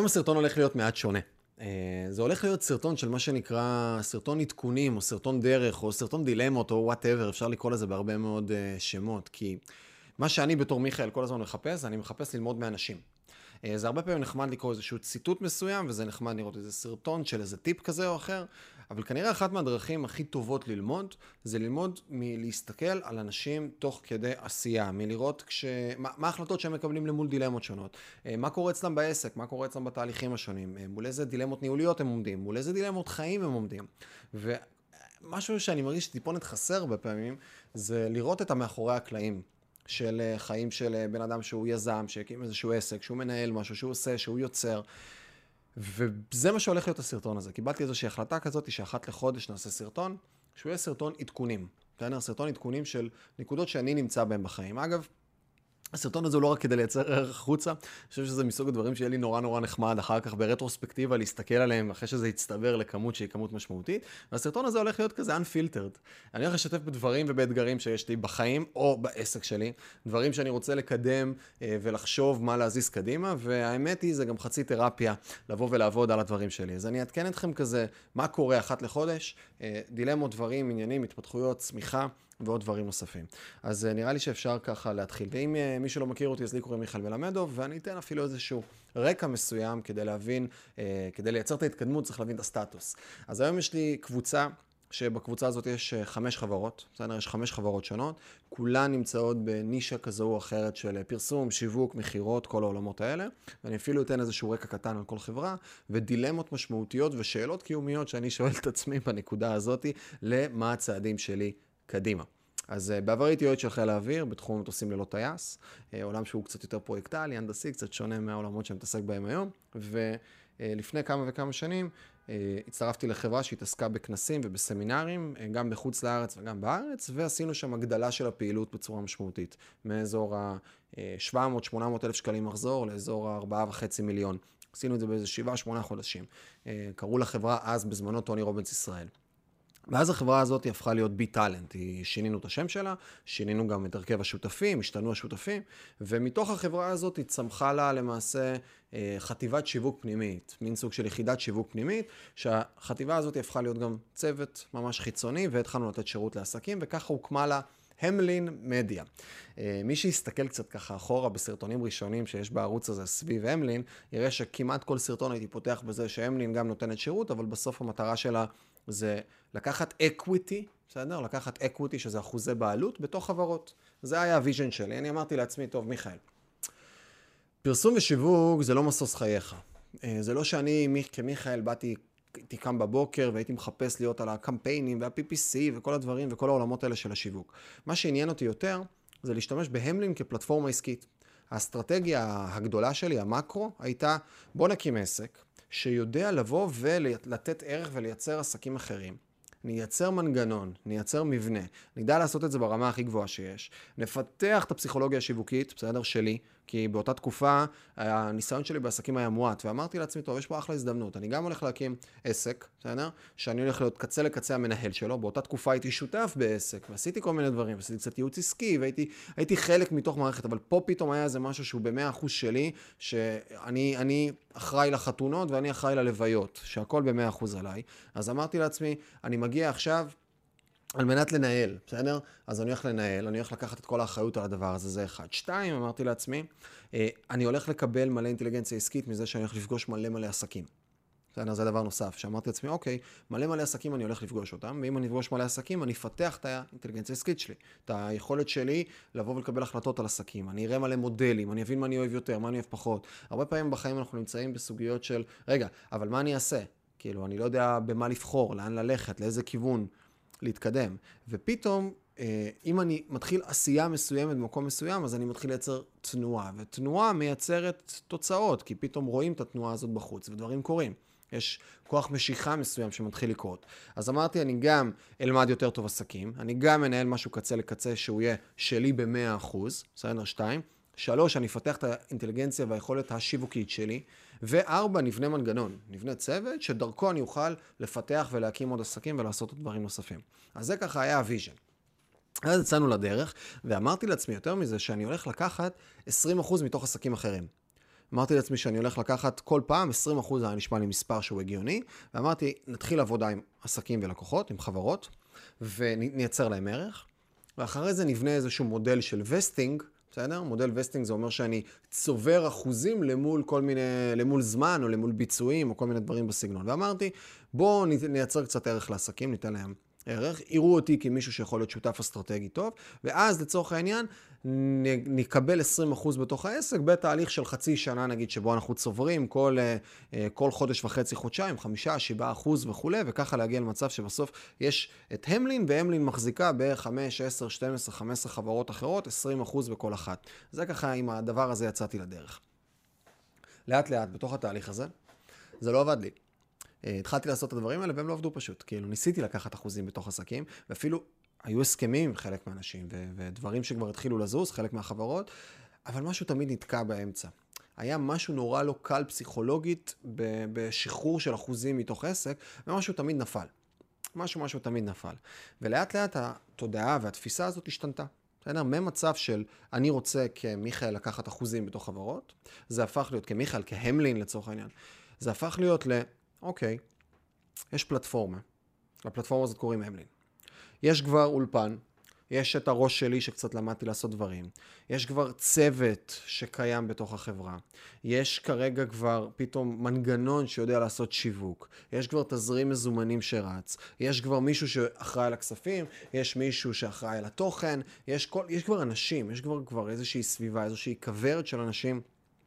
היום הסרטון הולך להיות מעט שונה. זה הולך להיות סרטון של מה שנקרא סרטון עדכונים, או סרטון דרך, או סרטון דילמות, או whatever, אפשר לקרוא לזה בהרבה מאוד שמות, כי מה שאני בתור מיכאל כל הזמן מחפש, אני מחפש ללמוד מאנשים. זה הרבה פעמים נחמד לקרוא איזשהו ציטוט מסוים, וזה נחמד לראות איזה סרטון של איזה טיפ כזה או אחר, אבל כנראה אחת מהדרכים הכי טובות ללמוד, זה ללמוד מלהסתכל על אנשים תוך כדי עשייה, מלראות מה ההחלטות שהם מקבלים למול דילמות שונות, מה קורה אצלם בעסק, מה קורה אצלם בתהליכים השונים, מול איזה דילמות ניהוליות הם עומדים, מול איזה דילמות חיים הם עומדים. ומשהו שאני מרגיש שטיפונת חסר הרבה פעמים, זה לראות את המאחורי הקלעים. של חיים של בן אדם שהוא יזם, שהקים איזשהו עסק, שהוא מנהל משהו, שהוא עושה, שהוא יוצר. וזה מה שהולך להיות הסרטון הזה. קיבלתי איזושהי החלטה כזאת שאחת לחודש נעשה סרטון, שהוא יהיה סרטון עדכונים. סרטון עדכונים של נקודות שאני נמצא בהם בחיים. אגב, הסרטון הזה הוא לא רק כדי לייצר ערך החוצה, אני חושב שזה מסוג הדברים שיהיה לי נורא נחמד אחר כך ברטרוספקטיבה להסתכל עליהם אחרי שזה יצטבר לכמות שהיא כמות משמעותית, והסרטון הזה הולך להיות כזה unfiltered. אני הולך לשתף בדברים ובאתגרים שיש לי בחיים או בעסק שלי, דברים שאני רוצה לקדם ולחשוב מה להזיז קדימה, והאמת היא זה גם חצי תרפיה לבוא ולעבוד על הדברים שלי. אז אני אעדכן אתכם כזה מה קורה אחת לחודש, דילמות, דברים, עניינים, התפתחויות, צמיחה, ועוד דברים נוספים. אז נראה לי שאפשר ככה להתחיל. ואם מי שלא מכיר אותי, אז לי קוראים מיכאל מלמדוב, ואני אתן אפילו איזשהו רקע מסוים כדי להבין, כדי לייצר את ההתקדמות, צריך להבין את הסטטוס. אז היום יש לי קבוצה, שבקבוצה הזאת יש 5 חברות, בסדר? יש 5 חברות שונות, כולן נמצאות בנישה כזו או אחרת של פרסום, שיווק, מחירות, כל העולמות האלה, ואני אפילו אתן איזשהו רקע קטן על כל חברה, ודילמות משמעותיות ושאלות קיומיות שאני שואל את עצמי בנקודה הזאת, למה הצעדים שלי קדימה. אז בעבר הייתי יועץ של חיל האוויר, בתחום מטוסים ללא טייס, עולם שהוא קצת יותר פרויקטלי, הנדסי, קצת שונה מהעולמות שמתעסק בהם היום, ולפני כמה וכמה שנים הצטרפתי לחברה שהתעסקה בכנסים ובסמינרים, גם בחוץ לארץ וגם בארץ, ועשינו שם הגדלה של הפעילות בצורה משמעותית, מאזור ה-700-800 אלף שקלים מחזור לאזור ה-4.5 מיליון. עשינו את זה באיזה 7-8 חודשים. קראו לחברה אז בזמנו טוני רובינס ישראל. ואז החברה הזאת הפכה להיות בי טלנט, שינינו את השם שלה, שינינו גם את הרכב השותפים, השתנו השותפים, ומתוך החברה הזאת צמחה לה למעשה חטיבת שיווק פנימית, מין סוג של יחידת שיווק פנימית, שהחטיבה הזאת הפכה להיות גם צוות ממש חיצוני, והתחלנו לתת שירות לעסקים, וככה הוקמה לה המלין מדיה. מי שיסתכל קצת ככה אחורה בסרטונים ראשונים שיש בערוץ הזה סביב המלין, יראה שכמעט כל סרטון הייתי פותח בזה שהמלין גם נותנת שירות, אבל בסוף המטרה שלה זה לקחת equity, בסדר? לקחת equity שזה אחוזי בעלות בתוך חברות. זה היה הוויז'ן שלי. אני אמרתי לעצמי, טוב, מיכאל, פרסום ושיווק זה לא מסוס חייך. זה לא שאני כמיכאל הייתי קם בבוקר והייתי מחפש להיות על הקמפיינים וה-PPC וכל הדברים וכל העולמות האלה של השיווק. מה שעניין אותי יותר זה להשתמש בהמלין כפלטפורמה עסקית. האסטרטגיה הגדולה שלי, המקרו, הייתה בוא נקים עסק שיודע לבוא ולתת ערך ולייצר עסקים אחרים. נייצר מנגנון, נייצר מבנה, נדע לעשות את זה ברמה הכי גבוהה שיש. נפתח את הפסיכולוגיה השיווקית, בסדר, שלי, כי באותה תקופה הניסיון שלי בעסקים היה מועט, ואמרתי לעצמי, טוב, יש פה אחלה הזדמנות. אני גם הולך להקים עסק, בסדר, שאני הולך להיות קצה לקצה המנהל שלו. באותה תקופה הייתי שותף בעסק, ועשיתי כל מיני דברים, ועשיתי קצת ייעוץ עסקי, והייתי חלק מתוך מערכת, אבל פה פתאום היה איזה משהו שהוא ב100% שלי, שאני אחראי לחתונות ואני אחראי ללוויות, שהכל ב100% עליי. אז אמרתי לעצמי, אני מגיע עכשיו על מנת לנהל, בסדר? אז אני הולך לנהל, אני הולך לקחת את כל האחריות על הדבר הזה, זה 1. 2, אמרתי לעצמי, אני הולך לקבל מלא אינטליגנציה עסקית מזה שאני הולך לפגוש מלא עסקים. בסדר, זה דבר נוסף, שאמרתי לעצמי, אוקיי, מלא עסקים אני הולך לפגוש אותם, ואם אני אפגוש מלא עסקים, אני אפתח את האינטליגנציה העסקית שלי, את היכולת שלי לבוא ולקבל החלטות על עסקים. אני אראה מלא מודלים, אני אבין מה אני אוהב יותר, מה אני אוהב פחות. הרבה פעמים בחיים אנחנו נמצאים בסוגיות של, רגע, אבל מה אני אעשה? כאילו, אני לא יודע במה לבחור, לאן ללכת, לאיזה כיוון להתקדם. ופתאום, אם אני מתחיל עשייה מסוימת במקום מסוים, אז אני מתחיל לייצר תנועה, ותנועה מייצרת תוצאות, כי פתאום רואים את התנועה הזאת בחוץ, ודברים קורים. יש כוח משיכה מסוים שמתחיל לקרות. אז אמרתי, אני גם אלמד יותר טוב עסקים, אני גם מנהל משהו קצה לקצה שהוא יהיה שלי ב100%, בסדר, 2. 3, אני אפתח את האינטליגנציה והיכולת השיווקית שלי. ו4, נבנה מנגנון, נבנה צוות, שדרכו אני אוכל לפתח ולהקים עוד עסקים ולעשות עוד דברים נוספים. אז זה ככה היה הוויז'ן. אז יצאנו לדרך, ואמרתי לעצמי יותר מזה שאני הולך לקחת 20% מתוך עסקים אחרים. אמרתי לעצמי שאני הולך לקחת כל פעם, 20% היה נשמע לי מספר שהוא הגיוני, ואמרתי, נתחיל עבודה עם עסקים ולקוחות, עם חברות, ונייצר להם ערך, ואחרי זה נבנה איזשהו מודל של וסטינג, בסדר? מודל וסטינג זה אומר שאני צובר אחוזים למול זמן או למול ביצועים או כל מיני דברים בסגנון. ואמרתי, בואו נייצר קצת ערך לעסקים, ניתן להם ערך, יראו אותי כמישהו שיכול להיות שותף אסטרטגי טוב, ואז לצורך העניין נקבל 20% בתוך העסק, בתהליך של חצי שנה נגיד, שבו אנחנו צוברים כל חודש וחצי, חודשיים, 5-7% וכו', וככה להגיע למצב שבסוף יש את המלין, והמלין מחזיקה ב-5, 10, 12, 15 חברות אחרות, 20% בכל אחת. זה ככה, עם הדבר הזה יצאתי לדרך. לאט לאט בתוך התהליך הזה, זה לא עבד לי. התחלתי לעשות את הדברים האלה, והם לא עבדו פשוט. כאילו, ניסיתי לקחת אחוזים בתוך עסקים, ואפילו היו הסכמים עם חלק מהאנשים, ודברים שכבר התחילו לזוז, חלק מהחברות, אבל משהו תמיד נתקע באמצע. היה משהו נורא לא קל פסיכולוגית בשחרור של אחוזים מתוך עסק, ומשהו תמיד נפל. משהו תמיד נפל. ולאט לאט התודעה והתפיסה הזאת השתנתה. בסדר? ממצב של אני רוצה כמיכאל לקחת אחוזים בתוך חברות, זה הפך להיות כמיכאל, כהמלין לצורך העניין. זה הפך להיות אוקיי, יש פלטפורמה. לפלטפורמה הזאת קוראים המלין. יש כבר אולפן, יש את הראש שלי שקצת למדתי לעשות דברים, יש כבר צוות שקיים בתוך החברה, יש כרגע כבר פתאום מנגנון שיודע לעשות שיווק, יש כבר תזרים מזומנים שרץ, יש כבר מישהו שאחראי על הכספים, יש מישהו שאחראי על התוכן, יש כבר אנשים, יש כבר איזושהי סביבה, איזושהי כוורת של אנשים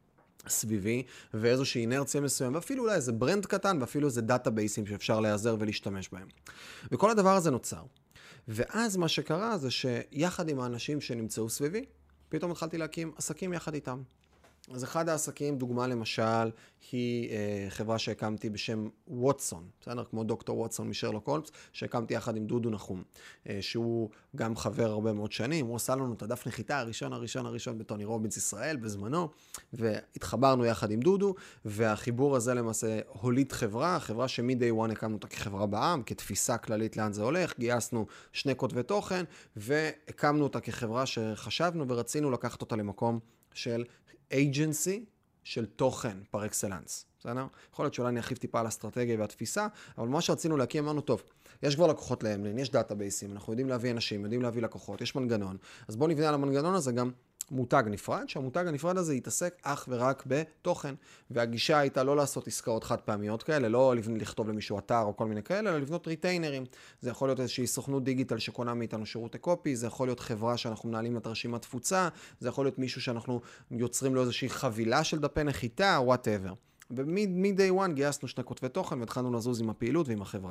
סביבי, ואיזושהי אינרציה מסוים, ואפילו אולי איזה ברנד קטן, ואפילו איזה דאטאבייסים שאפשר להיעזר ולהשתמש בהם. וכל הדבר הזה נוצר. ואז מה שקרה זה שיחד עם האנשים שנמצאו סביבי, פתאום התחלתי להקים עסקים יחד איתם. אז אחד העסקים, דוגמה למשל, היא חברה שהקמתי בשם ווטסון, בסדר? כמו דוקטור ווטסון משרלוק הולמס, שהקמתי יחד עם דודו נחום, שהוא גם חבר הרבה מאוד שנים, הוא עשה לנו את הדף נחיתה הראשון בטוני רובינס ישראל בזמנו, והתחברנו יחד עם דודו, והחיבור הזה למעשה הוליד חברה שמ-day one הקמנו אותה כחברה בעם, כתפיסה כללית לאן זה הולך, גייסנו 2 כותבי תוכן, והקמנו אותה כחברה שחשבנו ורצינו לקחת אותה למקום של agency של תוכן פר אקסלנס. בסדר? יכול להיות שאולי אני ארחיב טיפה על האסטרטגיה והתפיסה, אבל מה שרצינו להקים, אמרנו, טוב, יש כבר לקוחות להמלין, יש דאטאבייסים, אנחנו יודעים להביא אנשים, יודעים להביא לקוחות, יש מנגנון. אז בואו נבנה על המנגנון הזה גם מותג נפרד, שהמותג הנפרד הזה יתעסק אך ורק בתוכן. והגישה הייתה לא לעשות עסקאות חד פעמיות כאלה, לא לכתוב למישהו אתר או כל מיני כאלה, אלא לבנות ריטיינרים. זה יכול להיות איזושהי סוכנות דיגיטל שקונה מאיתנו שירותי קופי, זה יכול להיות חברה שאנחנו מנהלים את רשימת תפוצה, זה יכול להיות מישהו שאנחנו יוצרים לו איזושהי חבילה של דפי נחיתה, whatever. ומ-day one גייסנו 2 כותבי תוכן והתחלנו לזוז עם הפעילות ועם החברה.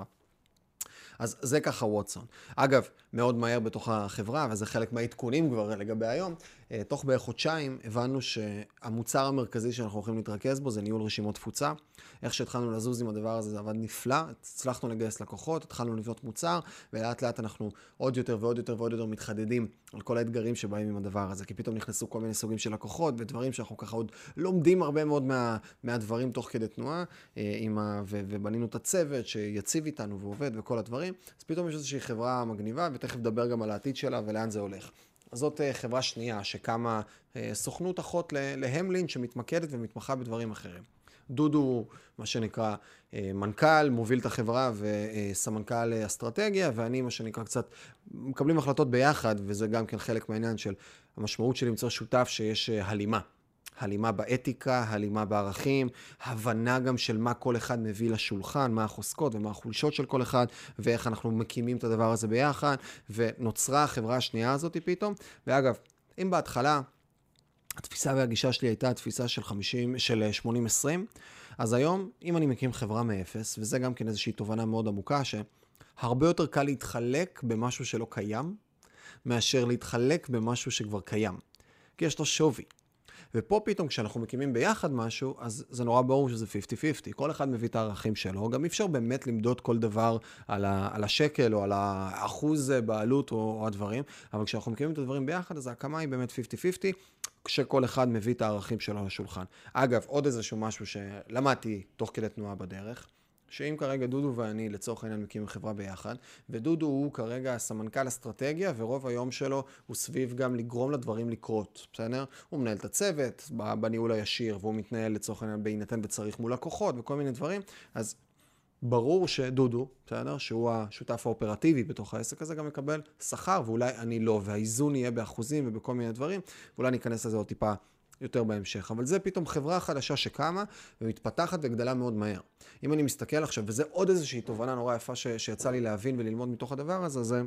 אז זה ככה ווטסון. אגב, מאוד מהר בתוך החברה, וזה חלק מהעדכונים כבר לגבי היום, תוך בערך חודשיים הבנו שהמוצר המרכזי שאנחנו הולכים להתרכז בו זה ניהול רשימות תפוצה. איך שהתחלנו לזוז עם הדבר הזה, זה עבד נפלא, הצלחנו לגייס לקוחות, התחלנו לבנות מוצר, ולאט לאט אנחנו עוד יותר ועוד יותר ועוד יותר מתחדדים על כל האתגרים שבאים עם הדבר הזה, כי פתאום נכנסו כל מיני סוגים של לקוחות, ודברים שאנחנו ככה עוד לומדים הרבה מאוד מהדברים תוך כדי תנועה, ובנינו את הצוות שיציב איתנו ועובד וכל הדברים, אז פתאום יש איזושהי חברה מגניבה, ותכף נדבר גם על העתיד שלה ולאן זה הולך. אז זאת חברה שנייה שקמה סוכנות אחות להמלין שמתמקדת ומתמחה בדברים אחרים. דודו, מה שנקרא מנכ"ל, מוביל את החברה וסמנכ"ל אסטרטגיה, ואני מה שנקרא קצת מקבלים החלטות ביחד, וזה גם כן חלק מהעניין של המשמעות של למצוא שותף שיש הלימה. הלימה באתיקה, הלימה בערכים, הבנה גם של מה כל אחד מביא לשולחן, מה החוזקות ומה החולשות של כל אחד, ואיך אנחנו מקימים את הדבר הזה ביחד, ונוצרה החברה השנייה הזאת פתאום. ואגב, אם בהתחלה התפיסה והגישה שלי הייתה התפיסה של 80-20, אז היום, אם אני מקים חברה מאפס, וזה גם כן איזושהי תובנה מאוד עמוקה, שהרבה יותר קל להתחלק במשהו שלא קיים, מאשר להתחלק במשהו שכבר קיים. כי יש לו שווי. ופה פתאום כשאנחנו מקימים ביחד משהו, אז זה נורא ברור שזה 50-50. כל אחד מביא את הערכים שלו. גם אי אפשר באמת למדוד כל דבר על השקל או על האחוז בעלות או הדברים. אבל כשאנחנו מקימים את הדברים ביחד, אז ההקמה היא באמת 50-50, כשכל אחד מביא את הערכים שלו לשולחן. אגב, עוד איזשהו משהו שלמדתי תוך כדי תנועה בדרך, שאם כרגע דודו ואני לצורך העניין מקימים חברה ביחד, ודודו הוא כרגע סמנכ"ל אסטרטגיה, ורוב היום שלו הוא סביב גם לגרום לדברים לקרות, בסדר? הוא מנהל את הצוות בניהול הישיר, והוא מתנהל לצורך העניין בהינתן וצריך מול לקוחות וכל מיני דברים, אז ברור שדודו, בסדר? שהוא השותף האופרטיבי בתוך העסק הזה, גם מקבל שכר, ואולי אני לא, והאיזון יהיה באחוזים ובכל מיני דברים, ואולי ניכנס לזה עוד טיפה יותר בהמשך. אבל זה פתאום חברה חדשה שקמה ומתפתחת וגדלה מאוד מהר. אם אני מסתכל עכשיו, וזה עוד איזושהי תובנה נורא יפה שיצא לי להבין וללמוד מתוך הדבר הזה, זה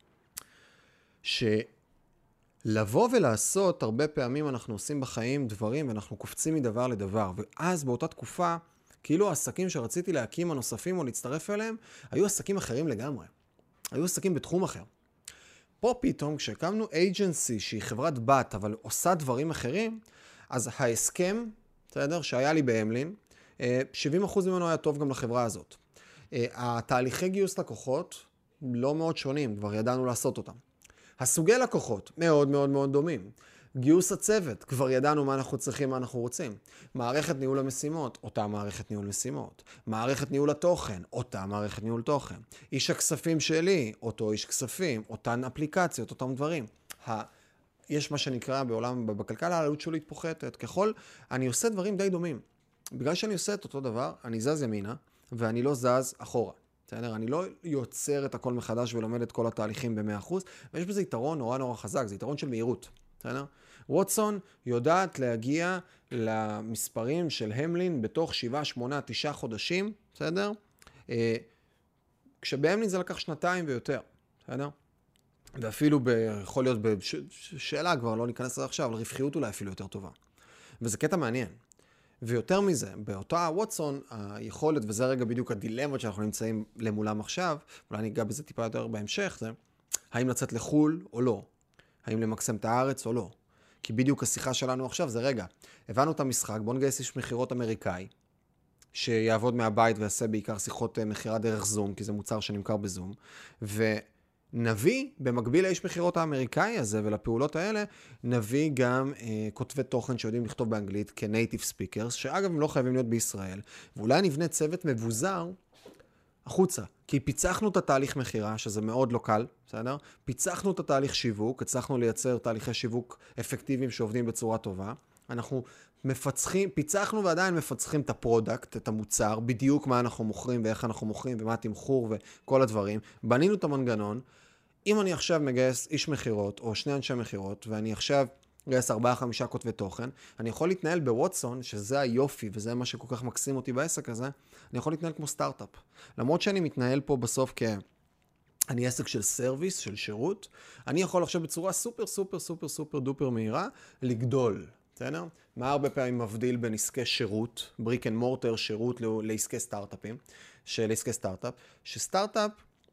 שלבוא ולעשות, הרבה פעמים אנחנו עושים בחיים דברים ואנחנו קופצים מדבר לדבר, ואז באותה תקופה, כאילו העסקים שרציתי להקים הנוספים או להצטרף אליהם, היו עסקים אחרים לגמרי. היו עסקים בתחום אחר. פה פתאום, כשהקמנו agency שהיא חברת בת, אבל עושה דברים אחרים, אז ההסכם, בסדר, שהיה לי בהמלין, 70% ממנו היה טוב גם לחברה הזאת. התהליכי גיוס לקוחות לא מאוד שונים, כבר ידענו לעשות אותם. הסוגי לקוחות מאוד מאוד מאוד דומים. גיוס הצוות, כבר ידענו מה אנחנו צריכים, מה אנחנו רוצים. מערכת ניהול המשימות, אותה מערכת ניהול משימות. מערכת ניהול התוכן, אותה מערכת ניהול תוכן. איש הכספים שלי, אותו איש כספים, אותן אפליקציות, אותם דברים. יש מה שנקרא בעולם, בכלכלה, העלות שולית פוחתת. ככל, אני עושה דברים די דומים. בגלל שאני עושה את אותו דבר, אני זז ימינה, ואני לא זז אחורה. בסדר? אני לא יוצר את הכל מחדש ולומד את כל התהליכים ב-100%, ויש בזה יתרון נורא נורא חזק, זה יתרון של מהירות. בסדר? ווטסון יודעת להגיע למספרים של המלין בתוך 7, 8, 9 חודשים, בסדר? כשבהמלין זה לקח 2 ויותר, בסדר? ואפילו יכול להיות בשאלה כבר, לא ניכנס לזה עכשיו, אבל רווחיות אולי אפילו יותר טובה. וזה קטע מעניין. ויותר מזה, באותה ווטסון, היכולת, וזה רגע בדיוק הדילמות שאנחנו נמצאים למולם עכשיו, אולי אני אגע בזה טיפה יותר בהמשך, זה האם לצאת לחול או לא? האם למקסם את הארץ או לא? כי בדיוק השיחה שלנו עכשיו זה רגע, הבנו את המשחק, בוא נגייס איש מחירות אמריקאי, שיעבוד מהבית ויעשה בעיקר שיחות מחירה דרך זום, כי זה מוצר שנמכר בזום, ונביא, במקביל לאיש מחירות האמריקאי הזה ולפעולות האלה, נביא גם כותבי תוכן שיודעים לכתוב באנגלית כ-native speakers, שאגב הם לא חייבים להיות בישראל, ואולי נבנה צוות מבוזר החוצה, כי פיצחנו את התהליך מחירה, שזה מאוד לא קל, בסדר? פיצחנו את התהליך שיווק, הצלחנו לייצר תהליכי שיווק אפקטיביים שעובדים בצורה טובה. אנחנו מפצחים, פיצחנו ועדיין מפצחים את הפרודקט, את המוצר, בדיוק מה אנחנו מוכרים ואיך אנחנו מוכרים ומה התמחור וכל הדברים. בנינו את המנגנון. אם אני עכשיו מגייס איש מחירות או 2 אנשי מחירות, ואני עכשיו מגייס 4-5 כותבי תוכן, אני יכול להתנהל בווטסון, שזה היופי וזה מה שכל כך מקסים אותי בעסק הזה, אני יכול להתנהל כמו סטארט-אפ. למרות שאני מתנהל פה בסוף אני עסק של סרוויס, של שירות, אני יכול עכשיו בצורה סופר סופר סופר סופר דופר מהירה לגדול. בסדר? מה הרבה פעמים מבדיל בין עסקי שירות, בריק אנד מורטר, שירות לעסקי סטארט-אפים, לעסקי סטארט-אפ, שסטארט-אפ,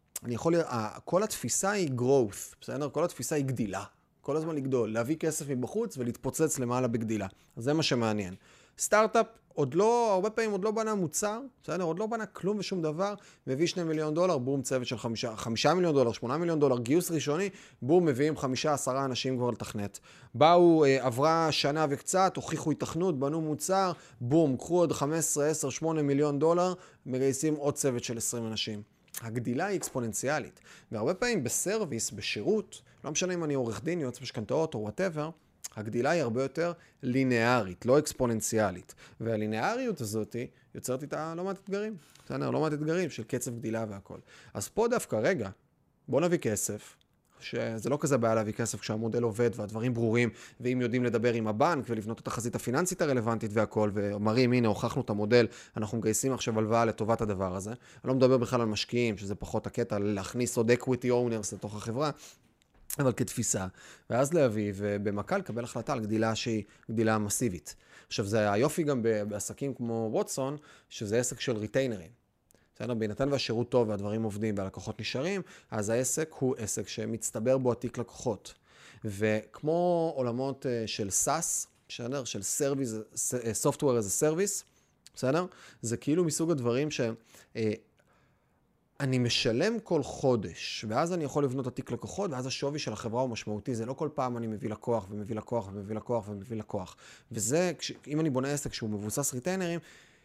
כל התפיסה היא growth, בסדר? כל התפיסה היא גדילה. כל הזמן לגדול, להביא כסף מבחוץ ולהתפוצץ למעלה בגדילה. אז זה מה שמעניין. סטארט-אפ הרבה פעמים עוד לא בנה מוצר, בסדר? עוד לא בנה כלום ושום דבר, מביא $2 מיליון, בום צוות של $5 מיליון, $8 מיליון, גיוס ראשוני, בום מביאים 5-10 אנשים כבר לתכנת. עברה שנה וקצת, הוכיחו התכנות, בנו מוצר, בום, קחו עוד 15, 10, $8 מיליון, מגייסים עוד צוות של 20 אנשים. הגדילה היא אקספוננציאלית, והרבה פעמים בסרוויס, בשירות, לא משנה אם אני עורך דין, יועץ משכנתאות או whatever, הגדילה היא הרבה יותר לינארית, לא אקספוננציאלית. והלינאריות הזאת יוצרת איתה לא מעט אתגרים. בסדר? לא מעט אתגרים של קצב גדילה והכל. אז פה דווקא, רגע, בוא נביא כסף, שזה לא כזה בעיה להביא כסף כשהמודל עובד והדברים ברורים, ואם יודעים לדבר עם הבנק ולבנות את החזית הפיננסית הרלוונטית והכל, ומראים, הנה, הוכחנו את המודל, אנחנו מגייסים עכשיו הלוואה לטובת הדבר הזה. אני לא מדבר בכלל על משקיעים, שזה פחות הקטע, להכניס עוד equity owners לתוך החברה, אבל כתפיסה, ואז להביא ובמקל לקבל החלטה על גדילה שהיא גדילה מסיבית. עכשיו, זה היופי גם בעסקים כמו ווטסון, שזה עסק של ריטיינרים. בסדר? בהינתן והשירות טוב והדברים עובדים והלקוחות נשארים, אז העסק הוא עסק שמצטבר בו עתיק לקוחות. וכמו עולמות של SaaS, בסדר? של Software as a Service, בסדר? זה כאילו מסוג הדברים אני משלם כל חודש, ואז אני יכול לבנות עתיק לקוחות, ואז השווי של החברה הוא משמעותי. זה לא כל פעם אני מביא לקוח, ומביא לקוח, ומביא לקוח, ומביא לקוח. וזה, אם אני בונה עסק שהוא מבוסס ריטיינרים,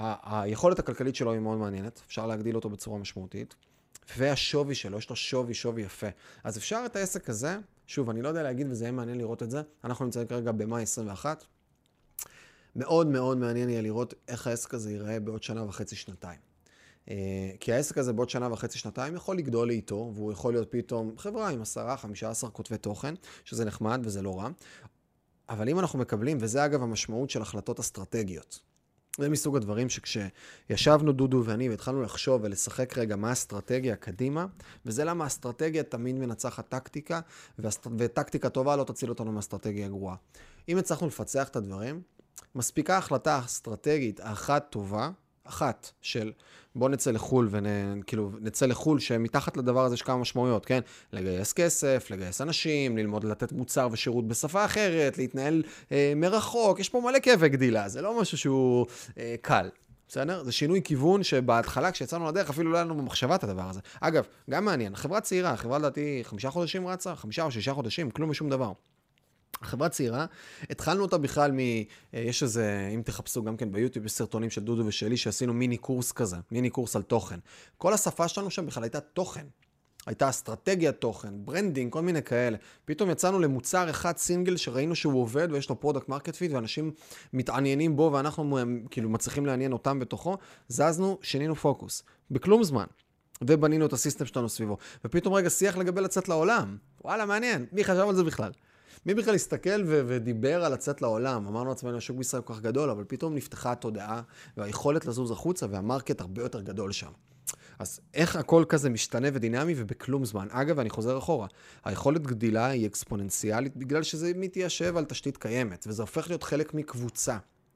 היכולת הכלכלית שלו היא מאוד מעניינת, אפשר להגדיל אותו בצורה משמעותית, והשווי שלו, יש לו שווי יפה. אז אפשר את העסק הזה, שוב, אני לא יודע להגיד וזה יהיה מעניין לראות את זה, אנחנו נמצאים כרגע במאי 21, מאוד מאוד מעניין יהיה לראות איך העסק הזה ייראה בעוד שנה וחצי, שנתיים. כי העסק הזה בעוד שנה וחצי, שנתיים יכול לגדול איתו, והוא יכול להיות פתאום חברה עם 10-15 כותבי תוכן, שזה נחמד וזה לא רע. אבל אם אנחנו מקבלים, וזה אגב המשמעות של החלטות אסטרטגיות, זה מסוג הדברים שכשישבנו דודו ואני והתחלנו לחשוב ולשחק רגע מה האסטרטגיה קדימה, וזה למה האסטרטגיה תמיד מנצחת טקטיקה, וטקטיקה טובה לא תציל אותנו מאסטרטגיה גרועה. אם הצלחנו לפצח את הדברים, מספיקה החלטה אסטרטגית אחת טובה, אחת של בוא נצא לחול וכאילו נצא לחול שמתחת לדבר הזה יש כמה משמעויות, כן? לגייס כסף, לגייס אנשים, ללמוד לתת מוצר ושירות בשפה אחרת, להתנהל מרחוק, יש פה מלא כאבי גדילה, זה לא משהו שהוא קל. בסדר? זה שינוי כיוון שבהתחלה כשיצאנו לדרך אפילו לא היה לנו במחשבה את הדבר הזה. אגב, גם מעניין, חברה צעירה, חברה לדעתי 5 חודשים רצה, 5 או 6 חודשים, כלום ושום דבר. חברה צעירה, התחלנו אותה בכלל יש איזה, אם תחפשו גם כן ביוטיוב, יש סרטונים של דודו ושלי שעשינו מיני קורס כזה, מיני קורס על תוכן. כל השפה שלנו שם בכלל הייתה תוכן. הייתה אסטרטגיית תוכן, ברנדינג, כל מיני כאלה. פתאום יצאנו למוצר אחד סינגל שראינו שהוא עובד ויש לו פרודקט מרקט פיט ואנשים מתעניינים בו ואנחנו כאילו מצליחים לעניין אותם בתוכו. זזנו, שינינו פוקוס. בכלום זמן. ובנינו את הסיסטם שלנו סביבו. ופתאום רגע שיח לגבי לצאת לעולם. וואלה, מעניין. מי חשב על זה בכלל? מי בכלל הסתכל ודיבר על לצאת לעולם? אמרנו לעצמנו, השוק בישראל כל כך גדול, אבל פתאום נפתחה התודעה והיכולת לזוז החוצה והמרקט הרבה יותר גדול שם. אז איך הכל כזה משתנה ודינמי ובכלום זמן? אגב, אני חוזר אחורה. היכולת גדילה היא אקספוננציאלית בגלל שזה מתיישב על תשתית קיימת, וזה הופך להיות חלק מקבוצה.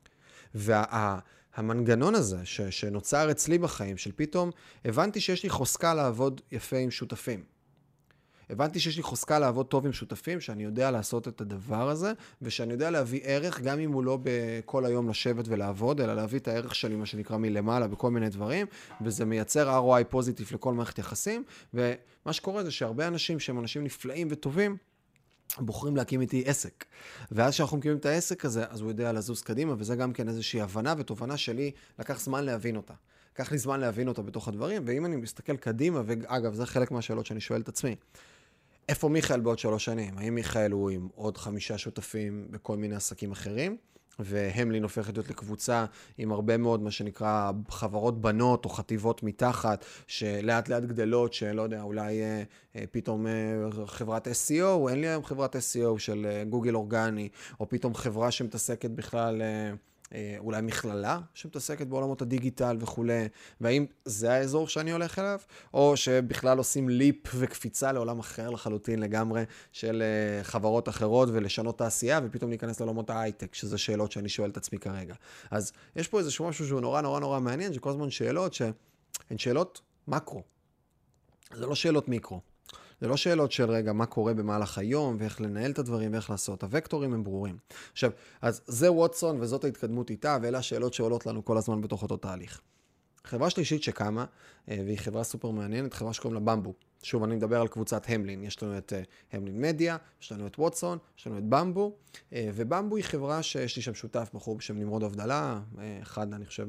והמנגנון הזה שנוצר אצלי בחיים, של פתאום הבנתי שיש לי חוזקה לעבוד יפה עם שותפים. הבנתי שיש לי חוזקה לעבוד טוב עם שותפים, שאני יודע לעשות את הדבר הזה, ושאני יודע להביא ערך, גם אם הוא לא בכל היום לשבת ולעבוד, אלא להביא את הערך שלי, מה שנקרא מלמעלה, בכל מיני דברים, וזה מייצר ROI פוזיטיב לכל מערכת יחסים, ומה שקורה זה שהרבה אנשים שהם אנשים נפלאים וטובים, בוחרים להקים איתי עסק. ואז שאנחנו מקימים את העסק הזה, אז הוא יודע לזוז קדימה, וזה גם כן איזושהי הבנה ותובנה שלי, לקח זמן להבין אותה. לקח לי זמן להבין אותה בתוך הדברים, ואם אני מסתכל קדימה, ואגב, זה חלק מהשאלות שאני שואל את עצמי, איפה מיכאל בעוד 3 שנים? האם מיכאל הוא עם עוד 5 שותפים בכל מיני עסקים אחרים? והמלין הופכת להיות לקבוצה עם הרבה מאוד מה שנקרא חברות בנות או חטיבות מתחת, שלאט לאט גדלות, שלא יודע, אולי פתאום חברת SEO, אין לי היום חברת SEO של גוגל אורגני, או פתאום חברה שמתעסקת בכלל אולי מכללה שמתעסקת בעולמות הדיגיטל וכו'. והאם זה האזור שאני הולך אליו? או שבכלל עושים ליפ וקפיצה לעולם אחר לחלוטין לגמרי של חברות אחרות ולשנות תעשייה ופתאום להיכנס לעולמות ההייטק, שזה שאלות שאני שואל את עצמי כרגע. אז יש פה איזשהו משהו שהוא נורא נורא נורא מעניין, שכל הזמן שאלות שהן שאלות מקרו. זה לא שאלות מיקרו. זה לא שאלות של רגע מה קורה במהלך היום ואיך לנהל את הדברים ואיך לעשות. הוקטורים הם ברורים. עכשיו, אז זה ווטסון וזאת ההתקדמות איתה, ואלה השאלות שעולות לנו כל הזמן בתוך אותו תהליך. חברה שלישית שקמה, והיא חברה סופר מעניינת, חברה שקוראים לה במבו. שוב, אני מדבר על קבוצת המלין. יש לנו את המלין מדיה, יש לנו את ווטסון, יש לנו את במבו, ובמבו היא חברה שיש לי שם שותף בחור בשם נמרוד הבדלה, אחד, אני חושב,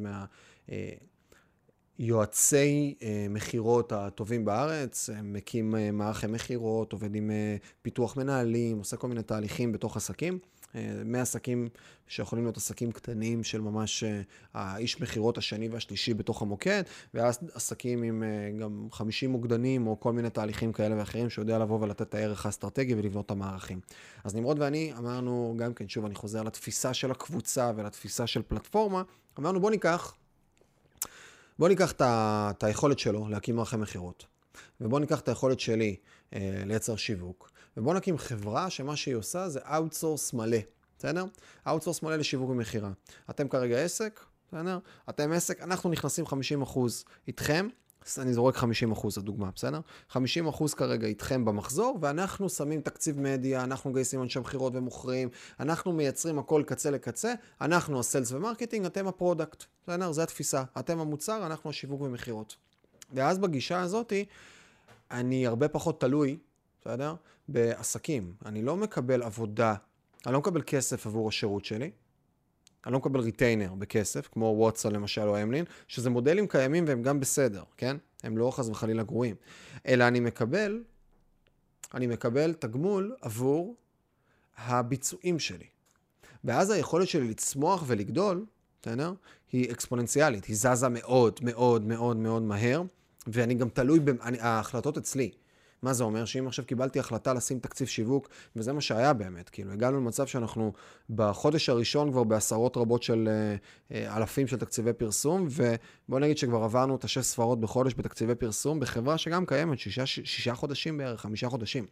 יועצי מחירות הטובים בארץ, מקים מערכי מחירות, עובד עם פיתוח מנהלים, עושה כל מיני תהליכים בתוך עסקים, מעסקים שיכולים להיות עסקים קטנים של ממש האיש מחירות השני והשלישי בתוך המוקד, ואז עסקים עם גם 50 מוקדנים או כל מיני תהליכים כאלה ואחרים שיודע לבוא ולתת את הערך האסטרטגי ולבנות את המערכים. אז נמרוד ואני אמרנו גם כן, שוב אני חוזר לתפיסה של הקבוצה ולתפיסה של פלטפורמה, אמרנו בוא ניקח את היכולת שלו להקים מערכי מחירות, ובוא ניקח את היכולת שלי לייצר שיווק, ובוא נקים חברה שמה שהיא עושה זה אאוטסורס מלא, בסדר? אאוטסורס מלא לשיווק ומחירה. אתם כרגע עסק, בסדר? אתם עסק, אנחנו נכנסים 50% איתכם, אני זורק 50% הדוגמה, בסדר? 50% כרגע איתכם במחזור, ואנחנו שמים תקציב מדיה, אנחנו גייסים אנשי מחירות ומוכרים, אנחנו מייצרים הכל קצה לקצה, אנחנו הסיילס ומרקטינג, אתם הפרודקט, בסדר? זה התפיסה, אתם המוצר, אנחנו השיווק ומחירות. ואז בגישה הזאת, אני הרבה פחות תלוי, בסדר? בעסקים. אני לא מקבל עבודה, אני לא מקבל כסף עבור השירות שלי, אני לא מקבל ריטיינר בכסף, כמו וואטסון למשל או אמלין, שזה מודלים קיימים והם גם בסדר, כן? הם לא חס וחלילה גרועים. אלא אני מקבל תגמול עבור הביצועים שלי. ואז היכולת שלי לצמוח ולגדול, בסדר? היא אקספוננציאלית, היא זזה מאוד מאוד מאוד מאוד מהר, ואני גם תלוי בהחלטות אצלי. מה זה אומר? שאם עכשיו קיבלתי החלטה לשים תקציב שיווק, וזה מה שהיה באמת, כאילו, הגענו למצב שאנחנו בחודש הראשון כבר בעשרות רבות של אלפים של תקציבי פרסום, ובוא נגיד שכבר עברנו את 6 ספרות בחודש בתקציבי פרסום, בחברה שגם קיימת 6 חודשים בערך, 5 חודשים.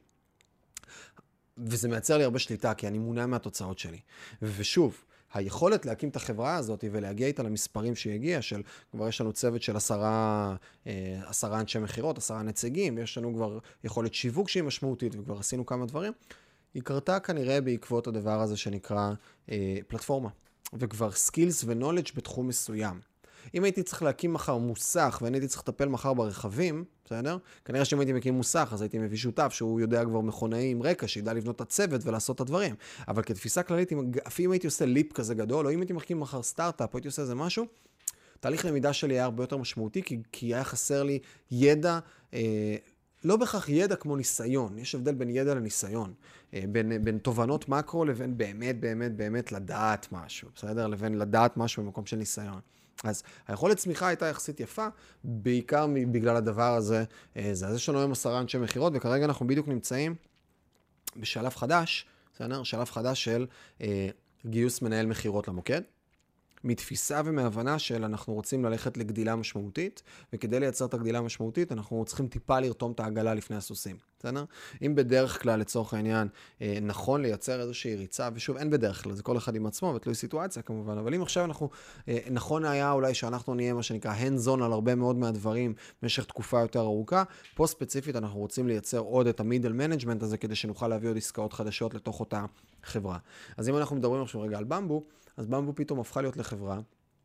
וזה מייצר לי הרבה שליטה, כי אני מונע מהתוצאות שלי. ושוב, היכולת להקים את החברה הזאת ולהגיע איתה למספרים שהגיע, של כבר יש לנו צוות של 10 אנשי מחירות, 10 נציגים, יש לנו כבר יכולת שיווק שהיא משמעותית, וכבר עשינו כמה דברים, היא קרתה כנראה בעקבות הדבר הזה שנקרא פלטפורמה, וכבר סקילס ונולדג' בתחום מסוים. אם הייתי צריך להקים מחר מוסך, ואני הייתי צריך לטפל מחר ברכבים, בסדר? כנראה שאם הייתי מקים מוסך, אז הייתי מביא שותף שהוא יודע כבר מכונאי עם רקע, שידע לבנות את הצוות ולעשות את הדברים. אבל כתפיסה כללית, אפילו אם הייתי עושה ליפ כזה גדול, או אם הייתי מקים מחר סטארט-אפ, או הייתי עושה איזה משהו, תהליך למידה שלי היה הרבה יותר משמעותי, כי היה חסר לי ידע, לא בכך ידע כמו ניסיון. יש הבדל בין ידע לניסיון. בין תובנות מקרו לבין באמת לדעת משהו, בסדר? לבין לדעת משהו במקום של ניסיון. אז היכולת צמיחה הייתה יחסית יפה, בעיקר בגלל הדבר הזה. אז יש לנו היום 10 אנשי מחירות, וכרגע אנחנו בדיוק נמצאים בשלב חדש, שלב חדש של גיוס מנהל מחירות למוקד. מתפיסה ומהבנה של אנחנו רוצים ללכת לגדילה משמעותית, וכדי לייצר את הגדילה המשמעותית, אנחנו צריכים טיפה לרתום את העגלה לפני הסוסים. בסדר? אם בדרך כלל, לצורך העניין, נכון לייצר איזושהי ריצה, ושוב, אין בדרך כלל, זה כל אחד עם עצמו, ותלוי סיטואציה כמובן, אבל אם עכשיו נכון היה אולי שאנחנו נהיה מה שנקרא hands on על הרבה מאוד מהדברים, במשך תקופה יותר ארוכה, פה ספציפית אנחנו רוצים לייצר עוד את המידל מנג'מנט הזה, כדי שנוכל להביא עוד עסקאות חדשות לתוך אותה חברה. אז אם אנחנו מדברים עכשיו רגע על במבו, אז במבו פתאום הפכה להיות לחברה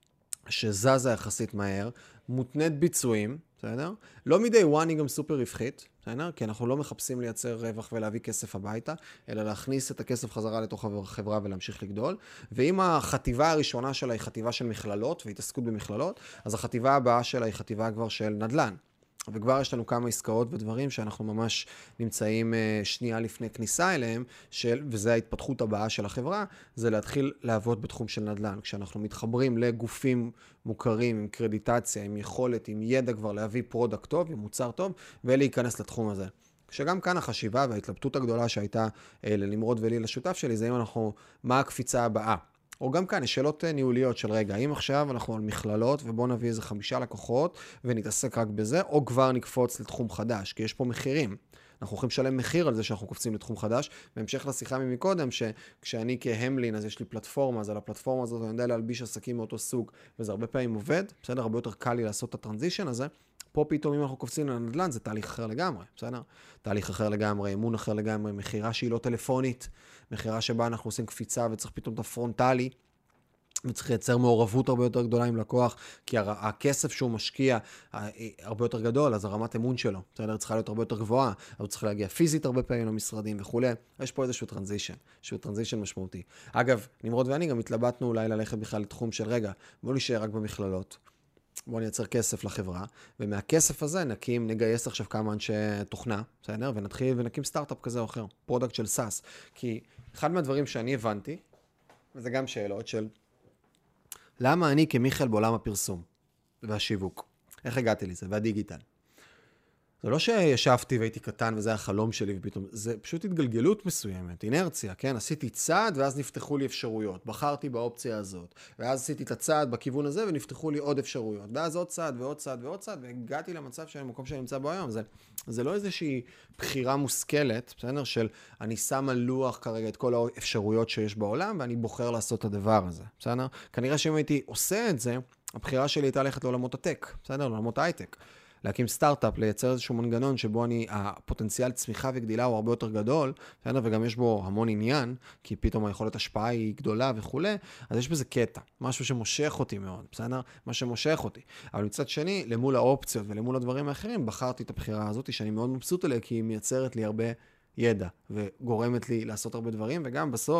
שזזה יחסית מהר, מותנית ביצועים, בסדר? לא מדי וואן היא גם סופר רווחית, בסדר? כי אנחנו לא מחפשים לייצר רווח ולהביא כסף הביתה, אלא להכניס את הכסף חזרה לתוך החברה ולהמשיך לגדול. ואם החטיבה הראשונה שלה היא חטיבה של מכללות והתעסקות במכללות, אז החטיבה הבאה שלה היא חטיבה כבר של נדל"ן. וכבר יש לנו כמה עסקאות ודברים שאנחנו ממש נמצאים שנייה לפני כניסה אליהם, וזה ההתפתחות הבאה של החברה, זה להתחיל לעבוד בתחום של נדל"ן. כשאנחנו מתחברים לגופים מוכרים עם קרדיטציה, עם יכולת, עם ידע כבר להביא פרודקט טוב, עם מוצר טוב, ולהיכנס לתחום הזה. כשגם כאן החשיבה וההתלבטות הגדולה שהייתה לנמרוד ולי לשותף שלי, זה מה הקפיצה הבאה. או גם כאן, יש שאלות ניהוליות של רגע, האם עכשיו אנחנו על מכללות ובואו נביא איזה 5 לקוחות ונתעסק רק בזה, או כבר נקפוץ לתחום חדש, כי יש פה מחירים. אנחנו יכולים לשלם מחיר על זה שאנחנו קופצים לתחום חדש, בהמשך לשיחה ממקודם, שכשאני כהמלין, אז יש לי פלטפורמה, אז על הפלטפורמה הזאת אני יודע להלביש עסקים מאותו סוג, וזה הרבה פעמים עובד, בסדר? הרבה יותר קל לי לעשות את הטרנזישן הזה. פה פתאום אם אנחנו קופצים לנדל"ן, זה תהליך אחר לגמרי, בסדר? תהליך אחר לגמרי, אימון אחר לגמרי, מחירה שהיא לא טלפונית, מחירה שבה אנחנו עושים קפיצה וצריך פתאום את הפרונטלי, וצריך לייצר מעורבות הרבה יותר גדולה עם לקוח, כי הכסף שהוא משקיע הרבה יותר גדול, אז הרמת אמון שלו, בסדר? צריכה להיות הרבה יותר גבוהה, אבל צריך להגיע פיזית הרבה פעמים למשרדים וכו'. יש פה איזשהו טרנזישן משמעותי. אגב, נמרוד ואני גם התלבטנו אולי ללכת בכלל לתחום של רגע, בואו נשאר רק במכללות. בואו נייצר כסף לחברה, ומהכסף הזה נגייס עכשיו כמה אנשי תוכנה, בסדר? ונתחיל ונקים סטארט-אפ כזה או אחר, פרודקט של סאס. כי אחד מהדברים שאני הבנתי, וזה גם שאלות של למה אני כמיכאל בעולם הפרסום והשיווק? איך הגעתי לזה? והדיגיטל. זה לא שישבתי והייתי קטן וזה היה חלום שלי ופתאום, זה פשוט התגלגלות מסוימת, אינרציה, כן? עשיתי צעד ואז נפתחו לי אפשרויות, בחרתי באופציה הזאת, ואז עשיתי את הצעד בכיוון הזה ונפתחו לי עוד אפשרויות, ואז עוד צעד ועוד צעד ועוד צעד, והגעתי למצב של המקום שאני נמצא בו היום. זה לא איזושהי בחירה מושכלת, בסדר? של אני שם על לוח כרגע את כל האפשרויות שיש בעולם, ואני בוחר לעשות את הדבר הזה, בסדר? כנראה שאם הייתי עושה את זה, הבחירה שלי הייתה ללכת לעולמות הטק, בסדר? לעולמות ההייטק. להקים סטארט-אפ, לייצר איזשהו מנגנון שבו הפוטנציאל צמיחה וגדילה הוא הרבה יותר גדול, וגם יש בו המון עניין, כי פתאום היכולת השפעה היא גדולה וכו', אז יש בזה קטע, משהו שמושך אותי מאוד, בסדר? מה שמושך אותי. אבל מצד שני, למול האופציות ולמול הדברים האחרים, בחרתי את הבחירה הזאת שאני מאוד מבסוט עליה, כי היא מייצרת לי הרבה ידע, וגורמת לי לעשות הרבה דברים, וגם בסוף,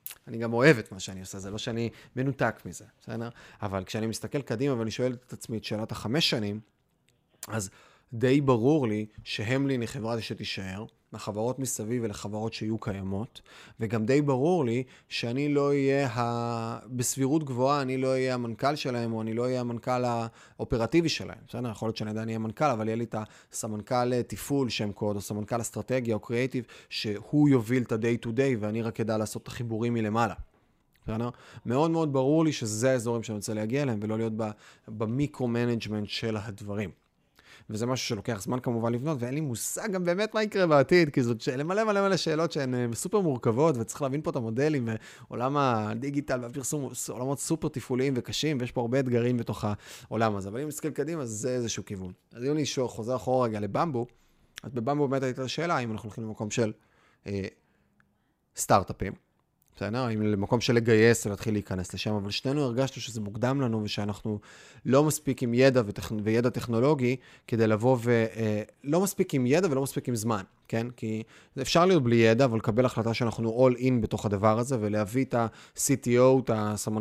אני גם אוהב את מה שאני עושה, זה לא שאני מנותק מזה, בסדר? אבל כשאני מסתכל קדימה ואני שואל את עצמי את שאלת 5 שנים, אז די ברור לי שהמלין היא חברה שתישאר, לחברות מסביב ולחברות שיהיו קיימות, וגם די ברור לי שאני לא אהיה, בסבירות גבוהה, אני לא אהיה המנכ"ל שלהם, או אני לא אהיה המנכ"ל האופרטיבי שלהם. בסדר? יכול להיות שאני עדיין אהיה מנכ"ל, אבל יהיה לי את הסמנכ"ל תפעול שם קוד, או סמנכ"ל אסטרטגיה או קריאטיב, שהוא יוביל את ה-day to day, ואני רק ידע לעשות את החיבורים מלמעלה. בסדר? מאוד מאוד ברור לי שזה האזורים שאני רוצה להגיע אליהם, ולא להיות במיקרו-מנג'מנט של הדברים. וזה משהו שלוקח זמן כמובן לבנות, ואין לי מושג גם באמת מה יקרה בעתיד, כי זאת מלא שאלות שהן סופר מורכבות, וצריך להבין פה את המודלים, ועולם הדיגיטל והפרסום, עולמות סופר תפעוליים וקשים, ויש פה הרבה אתגרים בתוך העולם הזה. אבל אם נסתכל קדימה, זה איזשהו כיוון. אז אם אני חוזר אחורה רגע לבמבו, אז בבמבו באמת הייתה השאלה, אם אנחנו הולכים למקום של סטארט-אפים, בסדר? אם למקום של לגייס ולהתחיל להיכנס לשם, אבל שנינו הרגשנו שזה מוקדם לנו ושאנחנו לא מספיק עם ידע וידע טכנולוגי כדי לבוא לא מספיק עם ידע ולא מספיק עם זמן, כן? כי אפשר להיות בלי ידע, אבל לקבל החלטה שאנחנו all in בתוך הדבר הזה ולהביא את ה-CTO, את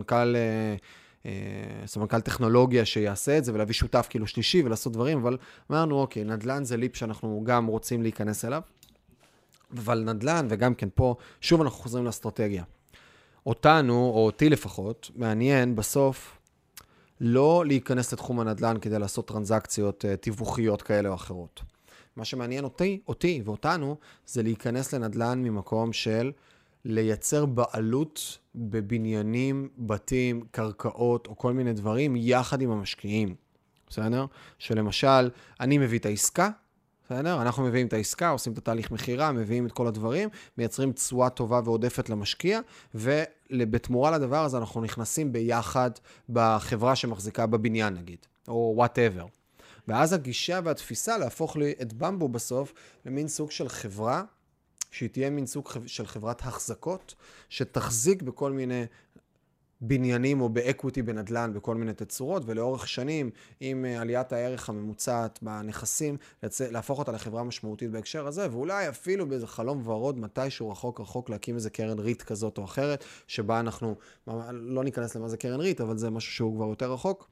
הסמנכ"ל טכנולוגיה שיעשה את זה ולהביא שותף כאילו שלישי ולעשות דברים, אבל אמרנו, אוקיי, נדל"ן זה ליפ שאנחנו גם רוצים להיכנס אליו. אבל נדל"ן, וגם כן פה, שוב אנחנו חוזרים לאסטרטגיה. אותנו, או אותי לפחות, מעניין בסוף לא להיכנס לתחום הנדל"ן כדי לעשות טרנזקציות תיווכיות כאלה או אחרות. מה שמעניין אותי ואותנו, זה להיכנס לנדל"ן ממקום של לייצר בעלות בבניינים, בתים, קרקעות, או כל מיני דברים, יחד עם המשקיעים. בסדר? שלמשל, אני מביא את העסקה, בסדר? אנחנו מביאים את העסקה, עושים את התהליך מחירה, מביאים את כל הדברים, מייצרים תשואה טובה ועודפת למשקיע, ובתמורה לדבר הזה אנחנו נכנסים ביחד בחברה שמחזיקה בבניין נגיד, או whatever. ואז הגישה והתפיסה להפוך את במבו בסוף למין סוג של חברה, שהיא תהיה מין סוג של חברת החזקות, שתחזיק בכל מיני בניינים או באקוויטי בנדלן בכל מיני תצורות, ולאורך שנים עם עליית הערך הממוצעת בנכסים, להפוך אותה לחברה משמעותית בהקשר הזה, ואולי אפילו באיזה חלום ורוד מתישהו רחוק להקים איזה קרן ריט כזאת או אחרת, שבה אנחנו לא ניכנס למה זה קרן ריט, אבל זה משהו שהוא כבר יותר רחוק,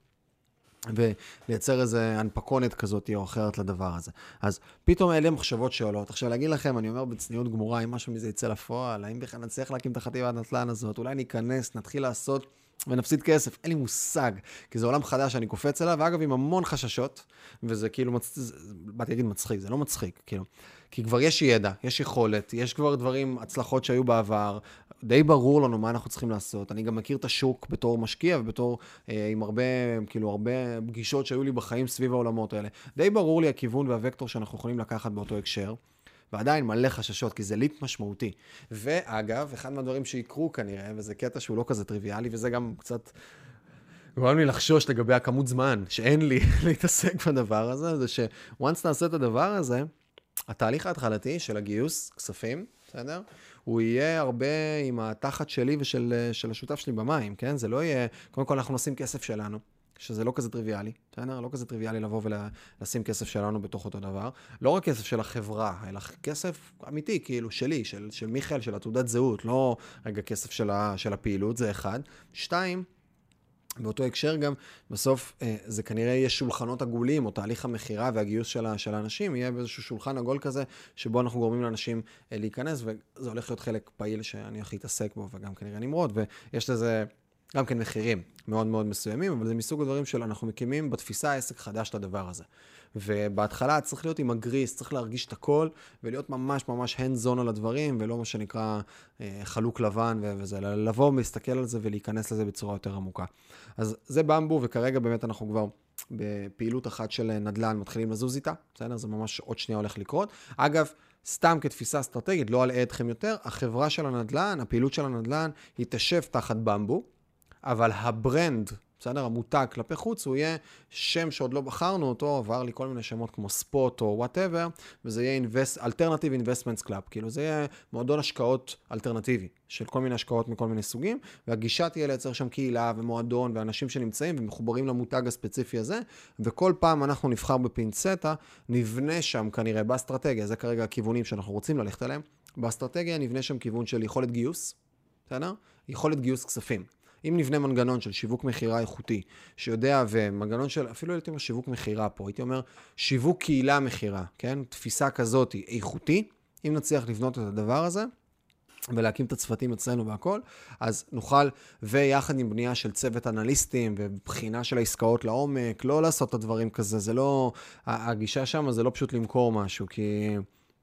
ולייצר איזה הנפקונת כזאת או אחרת לדבר הזה. אז פתאום אלה מחשבות שעולות. עכשיו להגיד לכם, אני אומר בצניעות גמורה, אם משהו מזה יצא לפועל, האם בכלל נצליח להקים את החטיבת הנדל"ן הזאת, אולי ניכנס, נתחיל לעשות ונפסיד כסף. אין לי מושג, כי זה עולם חדש שאני קופץ אליו, ואגב עם המון חששות, וזה כאילו, באתי להגיד מצחיק, זה לא מצחיק, כאילו. כי כבר יש ידע, יש יכולת, יש כבר דברים, הצלחות שהיו בעבר, די ברור לנו מה אנחנו צריכים לעשות. אני גם מכיר את השוק בתור משקיע ובתור עם הרבה, כאילו הרבה פגישות שהיו לי בחיים סביב העולמות האלה. די ברור לי הכיוון והווקטור שאנחנו יכולים לקחת באותו הקשר, ועדיין מלא חששות, כי זה ליפ משמעותי. ואגב, אחד מהדברים שיקרו כנראה, וזה קטע שהוא לא כזה טריוויאלי, וזה גם קצת גורם לי לחשוש לגבי הכמות זמן שאין לי להתעסק בדבר הזה, זה ש-once נעשה את הדבר הזה, התהליך ההתחלתי של הגיוס, כספים, בסדר? הוא יהיה הרבה עם התחת שלי ושל השותף שלי במים, כן? זה לא יהיה, קודם כל אנחנו נשים כסף שלנו, שזה לא כזה טריוויאלי, בסדר? לא כזה טריוויאלי לבוא ולשים כסף שלנו בתוך אותו דבר. לא רק כסף של החברה, אלא כסף אמיתי, כאילו שלי, של מיכאל, של התעודת זהות, לא רגע כסף של הפעילות, זה אחד. 2, באותו הקשר גם, בסוף זה כנראה יהיה שולחנות עגולים, או תהליך המחירה והגיוס של האנשים, יהיה באיזשהו שולחן עגול כזה, שבו אנחנו גורמים לאנשים להיכנס, וזה הולך להיות חלק פעיל שאני הולך להתעסק בו, וגם כנראה נמרוד, ויש לזה גם כן מחירים מאוד מאוד מסוימים, אבל זה מסוג הדברים אנחנו מקימים בתפיסה עסק חדש לדבר הזה. ובהתחלה צריך להיות עם הגריס, צריך להרגיש את הכל, ולהיות ממש ממש hands-on על הדברים, ולא מה שנקרא חלוק לבן וזה, לבוא ולהסתכל על זה ולהיכנס לזה בצורה יותר עמוקה. אז זה במבו, וכרגע באמת אנחנו כבר בפעילות אחת של נדל"ן מתחילים לזוז איתה, בסדר? זה ממש עוד שנייה הולך לקרות. אגב, סתם כתפיסה אסטרטגית, לא אלאה אתכם יותר, החברה של הנדל"ן, הפעילות של הנדל"ן, היא תשב תחת במבו, אבל הברנד, בסדר, המותג כלפי חוץ, הוא יהיה שם שעוד לא בחרנו אותו, עבר לי כל מיני שמות כמו ספוט או whatever, וזה יהיה Alternative Investments Club, כאילו זה יהיה מועדון השקעות אלטרנטיבי, של כל מיני השקעות מכל מיני סוגים, והגישה תהיה לייצר שם קהילה ומועדון, ואנשים שנמצאים ומחוברים למותג הספציפי הזה, וכל פעם אנחנו נבחר בפינצטה, נבנה שם כנראה באסטרטגיה, זה כרגע הכיוונים שאנחנו רוצים ללכת עליהם, באסטרטגיה נבנה שם כיוון של יכולת גיוס, בסדר? יכולת גיוס כספים. אם נבנה מנגנון של שיווק מחירה איכותי, שיודע, ומנגנון של, אפילו הייתי אומר שיווק מחירה פה, הייתי אומר שיווק קהילה מחירה, כן? תפיסה כזאת איכותי, אם נצליח לבנות את הדבר הזה, ולהקים את הצוותים אצלנו והכל, אז נוכל, ויחד עם בנייה של צוות אנליסטים, ובחינה של העסקאות לעומק, לא לעשות את הדברים כזה, זה לא, הגישה שם זה לא פשוט למכור משהו, כי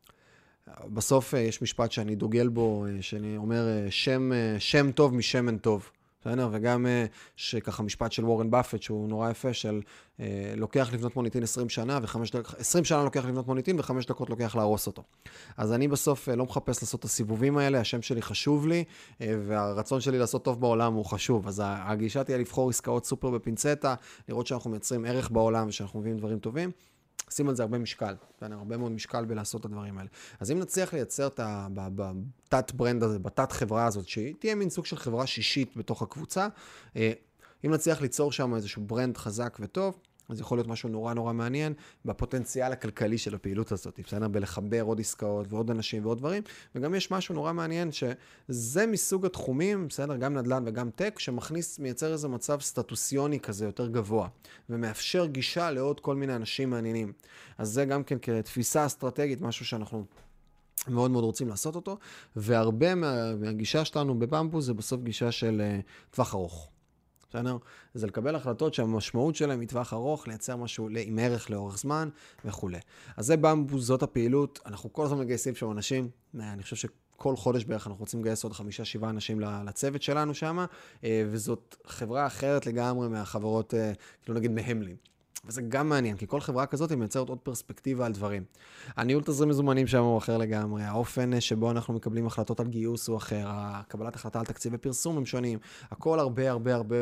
בסוף יש משפט שאני דוגל בו, שאני אומר, שם טוב משמן טוב. וגם שככה משפט של וורן באפט, שהוא נורא יפה, של לוקח לבנות מוניטין 20 שנה, 20 שנה לוקח לבנות מוניטין, ו5 דקות לוקח להרוס אותו. אז אני בסוף לא מחפש לעשות את הסיבובים האלה, השם שלי חשוב לי, והרצון שלי לעשות טוב בעולם הוא חשוב. אז הגישה תהיה לבחור עסקאות סופר בפינצטה, לראות שאנחנו מייצרים ערך בעולם, ושאנחנו מביאים דברים טובים. שים על זה הרבה משקל, הרבה מאוד משקל בלעשות את הדברים האלה. אז אם נצליח לייצר בתת ברנד הזה, בתת חברה הזאת, שהיא תהיה מין סוג של חברה שישית בתוך הקבוצה, אם נצליח ליצור שם איזשהו ברנד חזק וטוב, אז יכול להיות משהו נורא נורא מעניין בפוטנציאל הכלכלי של הפעילות הזאת, בסדר? בלחבר עוד עסקאות ועוד אנשים ועוד דברים, וגם יש משהו נורא מעניין שזה מסוג התחומים, בסדר? גם נדל"ן וגם טק, מייצר איזה מצב סטטוסיוני כזה יותר גבוה, ומאפשר גישה לעוד כל מיני אנשים מעניינים. אז זה גם כן כתפיסה אסטרטגית, משהו שאנחנו מאוד מאוד רוצים לעשות אותו, והרבה מהגישה שלנו בבמבו זה בסוף גישה של טווח ארוך. בסדר? זה לקבל החלטות שהמשמעות שלהם היא טווח ארוך, לייצר משהו עם ערך לאורך זמן וכו'. אז זה במבו, זאת הפעילות. אנחנו כל הזמן מגייסים שם אנשים. אני חושב שכל חודש בערך אנחנו רוצים לגייס עוד 5-7 אנשים לצוות שלנו שם, וזאת חברה אחרת לגמרי מהחברות, כאילו נגיד מהמלין. וזה גם מעניין, כי כל חברה כזאת היא מייצרת עוד פרספקטיבה על דברים. הניהול תזרים מזומנים שם הוא אחר לגמרי, האופן שבו אנחנו מקבלים החלטות על גיוס הוא אחר, הקבלת החלטה על תקציב ופרסום הם שונים, הכל הרבה הרבה הרבה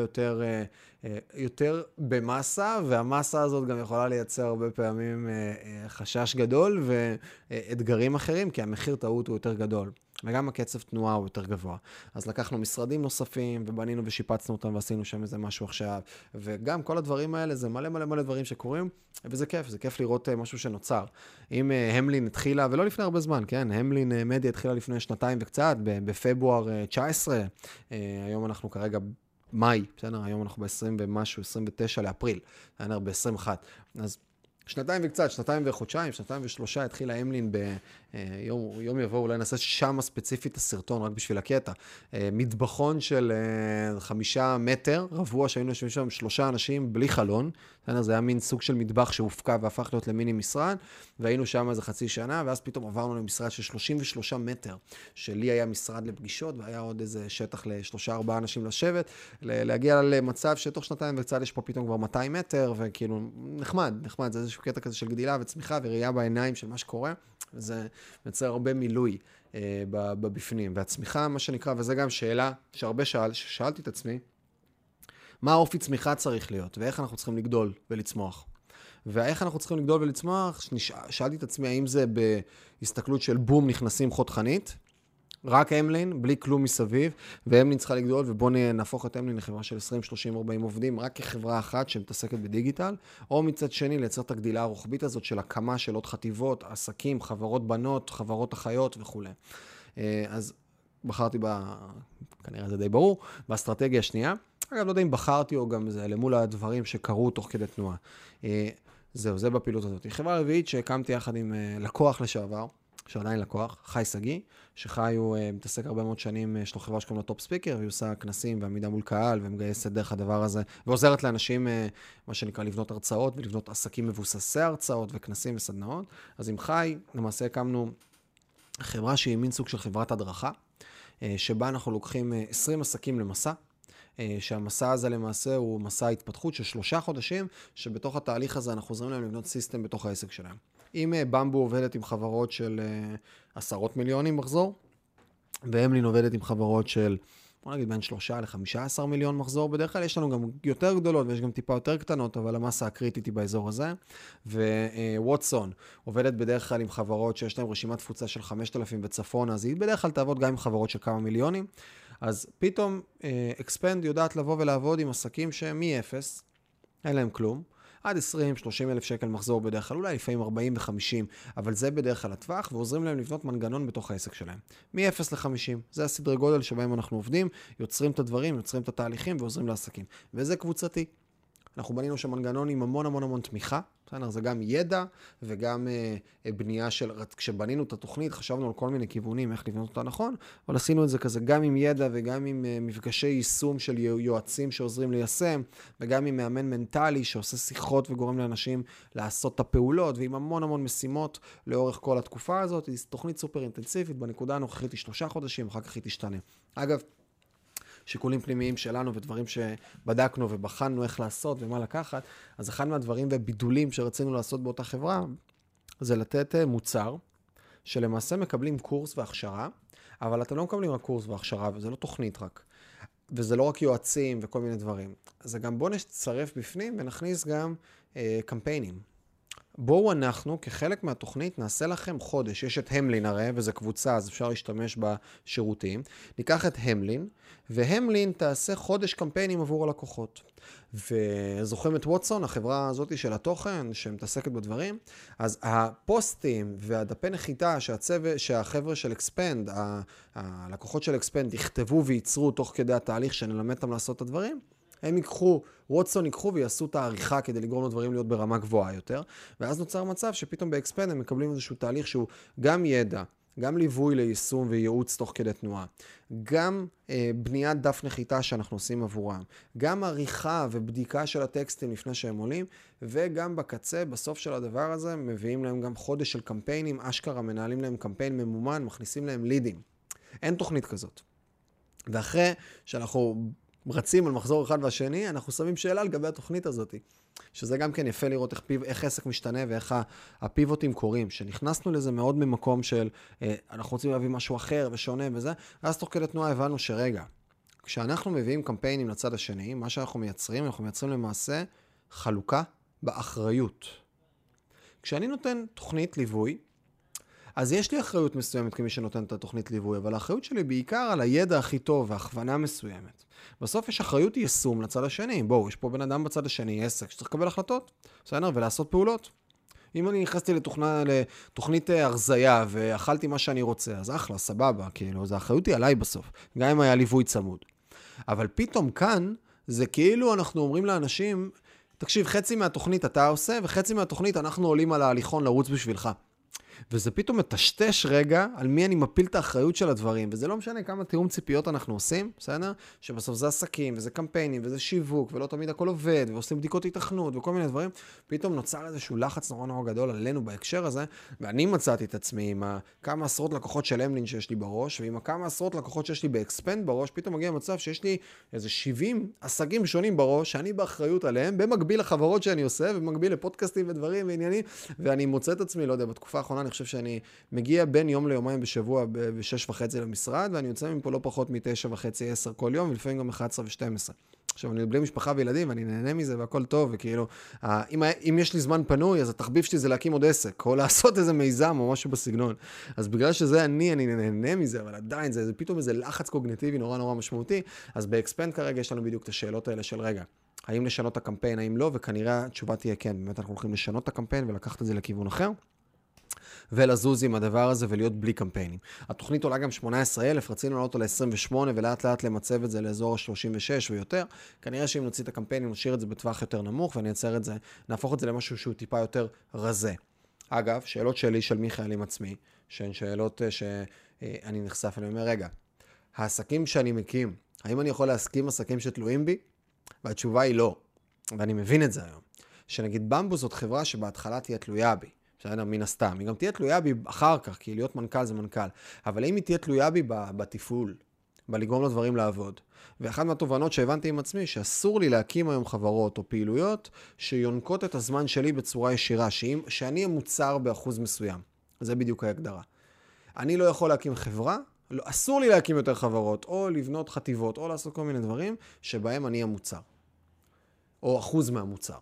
יותר במסה, והמסה הזאת גם יכולה לייצר הרבה פעמים חשש גדול ואתגרים אחרים, כי המחיר טעות הוא יותר גדול. וגם הקצב תנועה הוא יותר גבוה. אז לקחנו משרדים נוספים, ובנינו ושיפצנו אותם, ועשינו שם איזה משהו עכשיו. וגם כל הדברים האלה, זה מלא מלא מלא דברים שקורים, וזה כיף, זה כיף לראות משהו שנוצר. אם המלין התחילה, ולא לפני הרבה זמן, כן? המלין מדיה התחילה לפני 2 וקצת, בפברואר 19, היום אנחנו כרגע מאי, בסדר? היום אנחנו ב-20 ומשהו, 29 לאפריל, ב-21. אז 2 וקצת, 2 וחודשיים, 2 ו3 התחילה המלין ביום יבוא, אולי נעשה שם ספציפית הסרטון, רק בשביל הקטע. מטבחון של 5 מטר רבוע, שהיינו יושבים שם 3 אנשים בלי חלון, זה היה מין סוג של מטבח שהופקע והפך להיות למיני משרד, והיינו שם איזה חצי שנה, ואז פתאום עברנו למשרד של 33 מטר, שלי היה משרד לפגישות, והיה עוד איזה שטח ל3-4 אנשים לשבת, להגיע למצב שתוך 2 וקצת יש פה פתאום כבר 200 מטר, וכאילו נחמד, זה איזשהו קטע כזה של גדילה וצמיחה וראייה בעיניים של מה שקורה, וזה מייצר הרבה מילוי בבפנים, והצמיחה מה שנקרא, וזה גם שאלה שהרבה שאלתי את עצמי, מה האופי צמיחה צריך להיות, ואיך אנחנו צריכים לגדול ולצמוח. ואיך אנחנו צריכים לגדול ולצמוח, שאלתי את עצמי האם זה בהסתכלות של בום נכנסים חותכנית, רק המלין, בלי כלום מסביב, והמלין צריכה לגדול, ובואו נהפוך את המלין לחברה של 20, 30, 40 עובדים, רק כחברה אחת שמתעסקת בדיגיטל, או מצד שני לייצר את הגדילה הרוחבית הזאת של הקמה של עוד חטיבות, עסקים, חברות בנות, חברות אחיות וכו'. אז בחרתי כנראה זה די ברור, באסטרטגיה השנייה. אגב, לא יודע אם בחרתי או גם זה למול הדברים שקרו תוך כדי תנועה. זה בפעילות הזאת. חברה רביעית שהקמתי יחד עם לקוח לשעבר, שעדיין לקוח, חי סגי, שחי הוא מתעסק הרבה מאוד שנים, יש לו חברה שקוראים לו טופ ספיקר, והיא עושה כנסים ועמידה מול קהל, ומגייסת דרך הדבר הזה, ועוזרת לאנשים, מה שנקרא, לבנות הרצאות, ולבנות עסקים מבוססי הרצאות, וכנסים וסדנאות. אז עם חי, למעשה הקמנו חברה שהיא מין סוג של חברת הדרכה, שבה אנחנו לוקחים 20 עסקים למסע, שהמסע הזה למעשה הוא מסע התפתחות של 3 חודשים, שבתוך התהליך הזה אנחנו עוזרים להם לבנות סיסטם בתוך העסק שלהם. אם במבו עובדת עם חברות של 10 מיליונים מחזור, והמלין עובדת עם חברות של, בוא נגיד, בין 3 ל-15 מיליון מחזור, בדרך כלל יש לנו גם יותר גדולות, ויש גם טיפה יותר קטנות, אבל המסה הקריטית היא באזור הזה. וווטסון עובדת בדרך כלל עם חברות שיש להם רשימת תפוצה של 5,000 וצפון, אז היא בדרך כלל תעבוד גם עם חברות של כמה מיליונים. אז פתאום אקספנד יודעת לבוא ולעבוד עם עסקים שהם מ-0, אין להם כלום, עד 20-30 אלף שקל מחזור בדרך כלל, אולי לפעמים 40 ו-50, אבל זה בדרך כלל הטווח, ועוזרים להם לבנות מנגנון בתוך העסק שלהם. מ-0 ל-50, זה הסדרי גודל שבהם אנחנו עובדים, יוצרים את הדברים, יוצרים את התהליכים ועוזרים לעסקים. וזה קבוצתי. אנחנו בנינו שם מנגנון עם המון המון המון תמיכה, זה גם ידע וגם בנייה של, כשבנינו את התוכנית, חשבנו על כל מיני כיוונים, איך לבנות אותה נכון, אבל עשינו את זה כזה גם עם ידע וגם עם מפגשי יישום של יועצים שעוזרים ליישם, וגם עם מאמן מנטלי שעושה שיחות וגורם לאנשים לעשות את הפעולות, ועם המון המון משימות לאורך כל התקופה הזאת. היא תוכנית סופר אינטנסיבית, בנקודה הנוכחית היא 3 חודשים, אחר כך היא תשתנה. אגב, שיקולים פנימיים שלנו ודברים שבדקנו ובחנו איך לעשות ומה לקחת, אז אחד מהדברים ובידולים שרצינו לעשות באותה חברה, זה לתת מוצר שלמעשה מקבלים קורס והכשרה, אבל אתם לא מקבלים רק קורס והכשרה, וזה לא תוכנית רק, וזה לא רק יועצים וכל מיני דברים. זה גם בוא נצרף בפנים ונכניס גם קמפיינים. בואו אנחנו, כחלק מהתוכנית, נעשה לכם חודש. יש את המלין הרי, וזה קבוצה, אז אפשר להשתמש בשירותים. ניקח את המלין, והמלין תעשה חודש קמפיינים עבור הלקוחות. וזוכרים את ווטסון, החברה הזאת של התוכן, שמתעסקת בדברים, אז הפוסטים והדפי נחיתה שהחבר'ה של אקספנד, הלקוחות של אקספנד, יכתבו וייצרו תוך כדי התהליך שנלמד אותם לעשות את הדברים, הם ווטסון ייקחו ויעשו את העריכה כדי לגרום לדברים להיות ברמה גבוהה יותר, ואז נוצר מצב שפתאום באקספנד הם מקבלים איזשהו תהליך שהוא גם ידע, גם ליווי ליישום וייעוץ תוך כדי תנועה, גם בניית דף נחיתה שאנחנו עושים עבורם, גם עריכה ובדיקה של הטקסטים לפני שהם עולים, וגם בקצה, בסוף של הדבר הזה, מביאים להם גם חודש של קמפיינים, אשכרה מנהלים להם קמפיין ממומן, מכניסים להם לידים. אין תוכנית כזאת. ואחרי שאנחנו רצים על מחזור אחד והשני, אנחנו שמים שאלה על גבי התוכנית הזאת, שזה גם כן יפה לראות איך עסק משתנה ואיך הפיבוטים קורים, שנכנסנו לזה מאוד ממקום של אנחנו רוצים להביא משהו אחר ושונה וזה, אז תוך כדי תנועה הבנו שרגע, כשאנחנו מביאים קמפיינים לצד השני, מה שאנחנו מייצרים, אנחנו מייצרים למעשה חלוקה באחריות. כשאני נותן תוכנית ליווי, אז יש לי אחריות מסוימת כמי שנותן את התוכנית ליווי, אבל האחריות שלי בעיקר על הידע הכי טוב והכוונה מסוימת. בסוף יש אחריות יישום לצד השני. בואו, יש פה בן אדם בצד השני, עסק, שצריך לקבל החלטות, בסדר? ולעשות פעולות. אם אני נכנסתי לתוכנית הרזיה ואכלתי מה שאני רוצה, אז אחלה, סבבה, כאילו, זה האחריות היא עליי בסוף, גם אם היה ליווי צמוד. אבל פתאום כאן, זה כאילו אנחנו אומרים לאנשים, תקשיב, חצי מהתוכנית אתה עושה, וחצי מהתוכנית אנחנו עולים על ההליכון לרוץ בשבילך. וזה פתאום מטשטש רגע על מי אני מפיל את האחריות של הדברים, וזה לא משנה כמה תיאום ציפיות אנחנו עושים, בסדר? שבסוף זה עסקים, וזה קמפיינים, וזה שיווק, ולא תמיד הכל עובד, ועושים בדיקות התכנות, וכל מיני דברים, פתאום נוצר איזשהו לחץ נורא נורא גדול עלינו בהקשר הזה, ואני מצאתי את עצמי עם כמה עשרות לקוחות של המלין שיש לי בראש, ועם כמה עשרות לקוחות שיש לי באקספנד בראש, פתאום מגיע מצב שיש לי איזה 70 עסקים שונים בראש, שאני באחריות עליהם, במקביל לחברות שאני עושה, ובמקביל לפודקאסטים ודברים ועניינים, ואני מוצא את עצמי, לא יודע, בתקופה האחרונה אני חושב שאני מגיע בין יום ליומיים בשבוע ב-6:30 למשרד, ואני יוצא מפה לא פחות מ-9:30-10 כל יום, ולפעמים גם 11 ו-12. עכשיו, אני בלי משפחה וילדים, ואני נהנה מזה והכל טוב, וכאילו, אם יש לי זמן פנוי, אז התחביב שלי זה להקים עוד עסק, או לעשות איזה מיזם או משהו בסגנון. אז בגלל שזה אני נהנה מזה, אבל עדיין זה פתאום איזה לחץ קוגניטיבי נורא נורא משמעותי, אז באקספנד כרגע יש לנו בדיוק את השאלות האלה של רגע, האם לשנות את הקמפיין, האם לא, וכנראה התשובה תהיה כן, באמת אנחנו הולכים לשנות את הקמפיין ולקחת את זה לכיוון אחר. ולזוז עם הדבר הזה ולהיות בלי קמפיינים. התוכנית עולה גם 18,000, רצינו לעלות על 28 ולאט לאט למצב את זה לאזור ה-36 ויותר. כנראה שאם נוציא את הקמפיינים, נשאיר את זה בטווח יותר נמוך ונייצר את זה, נהפוך את זה למשהו שהוא טיפה יותר רזה. אגב, שאלות שלי של מיכאל עם עצמי, שהן שאלות שאני נחשף, אני אומר, רגע, העסקים שאני מקים, האם אני יכול להסכים עסקים שתלויים בי? והתשובה היא לא. ואני מבין את זה היום. שנגיד במבו זאת חברה שבהתחלה תהיה תלויה בי. בסדר, מן הסתם. היא גם תהיה תלויה בי אחר כך, כי להיות מנכ"ל זה מנכ"ל. אבל אם היא תהיה תלויה בי בתפעול, בלגרום לדברים לעבוד. ואחת מהתובנות שהבנתי עם עצמי, שאסור לי להקים היום חברות או פעילויות שיונקות את הזמן שלי בצורה ישירה, שאני המוצר באחוז מסוים. זה בדיוק ההגדרה. אני לא יכול להקים חברה, אסור לי להקים יותר חברות, או לבנות חטיבות, או לעשות כל מיני דברים, שבהם אני המוצר. או אחוז מהמוצר.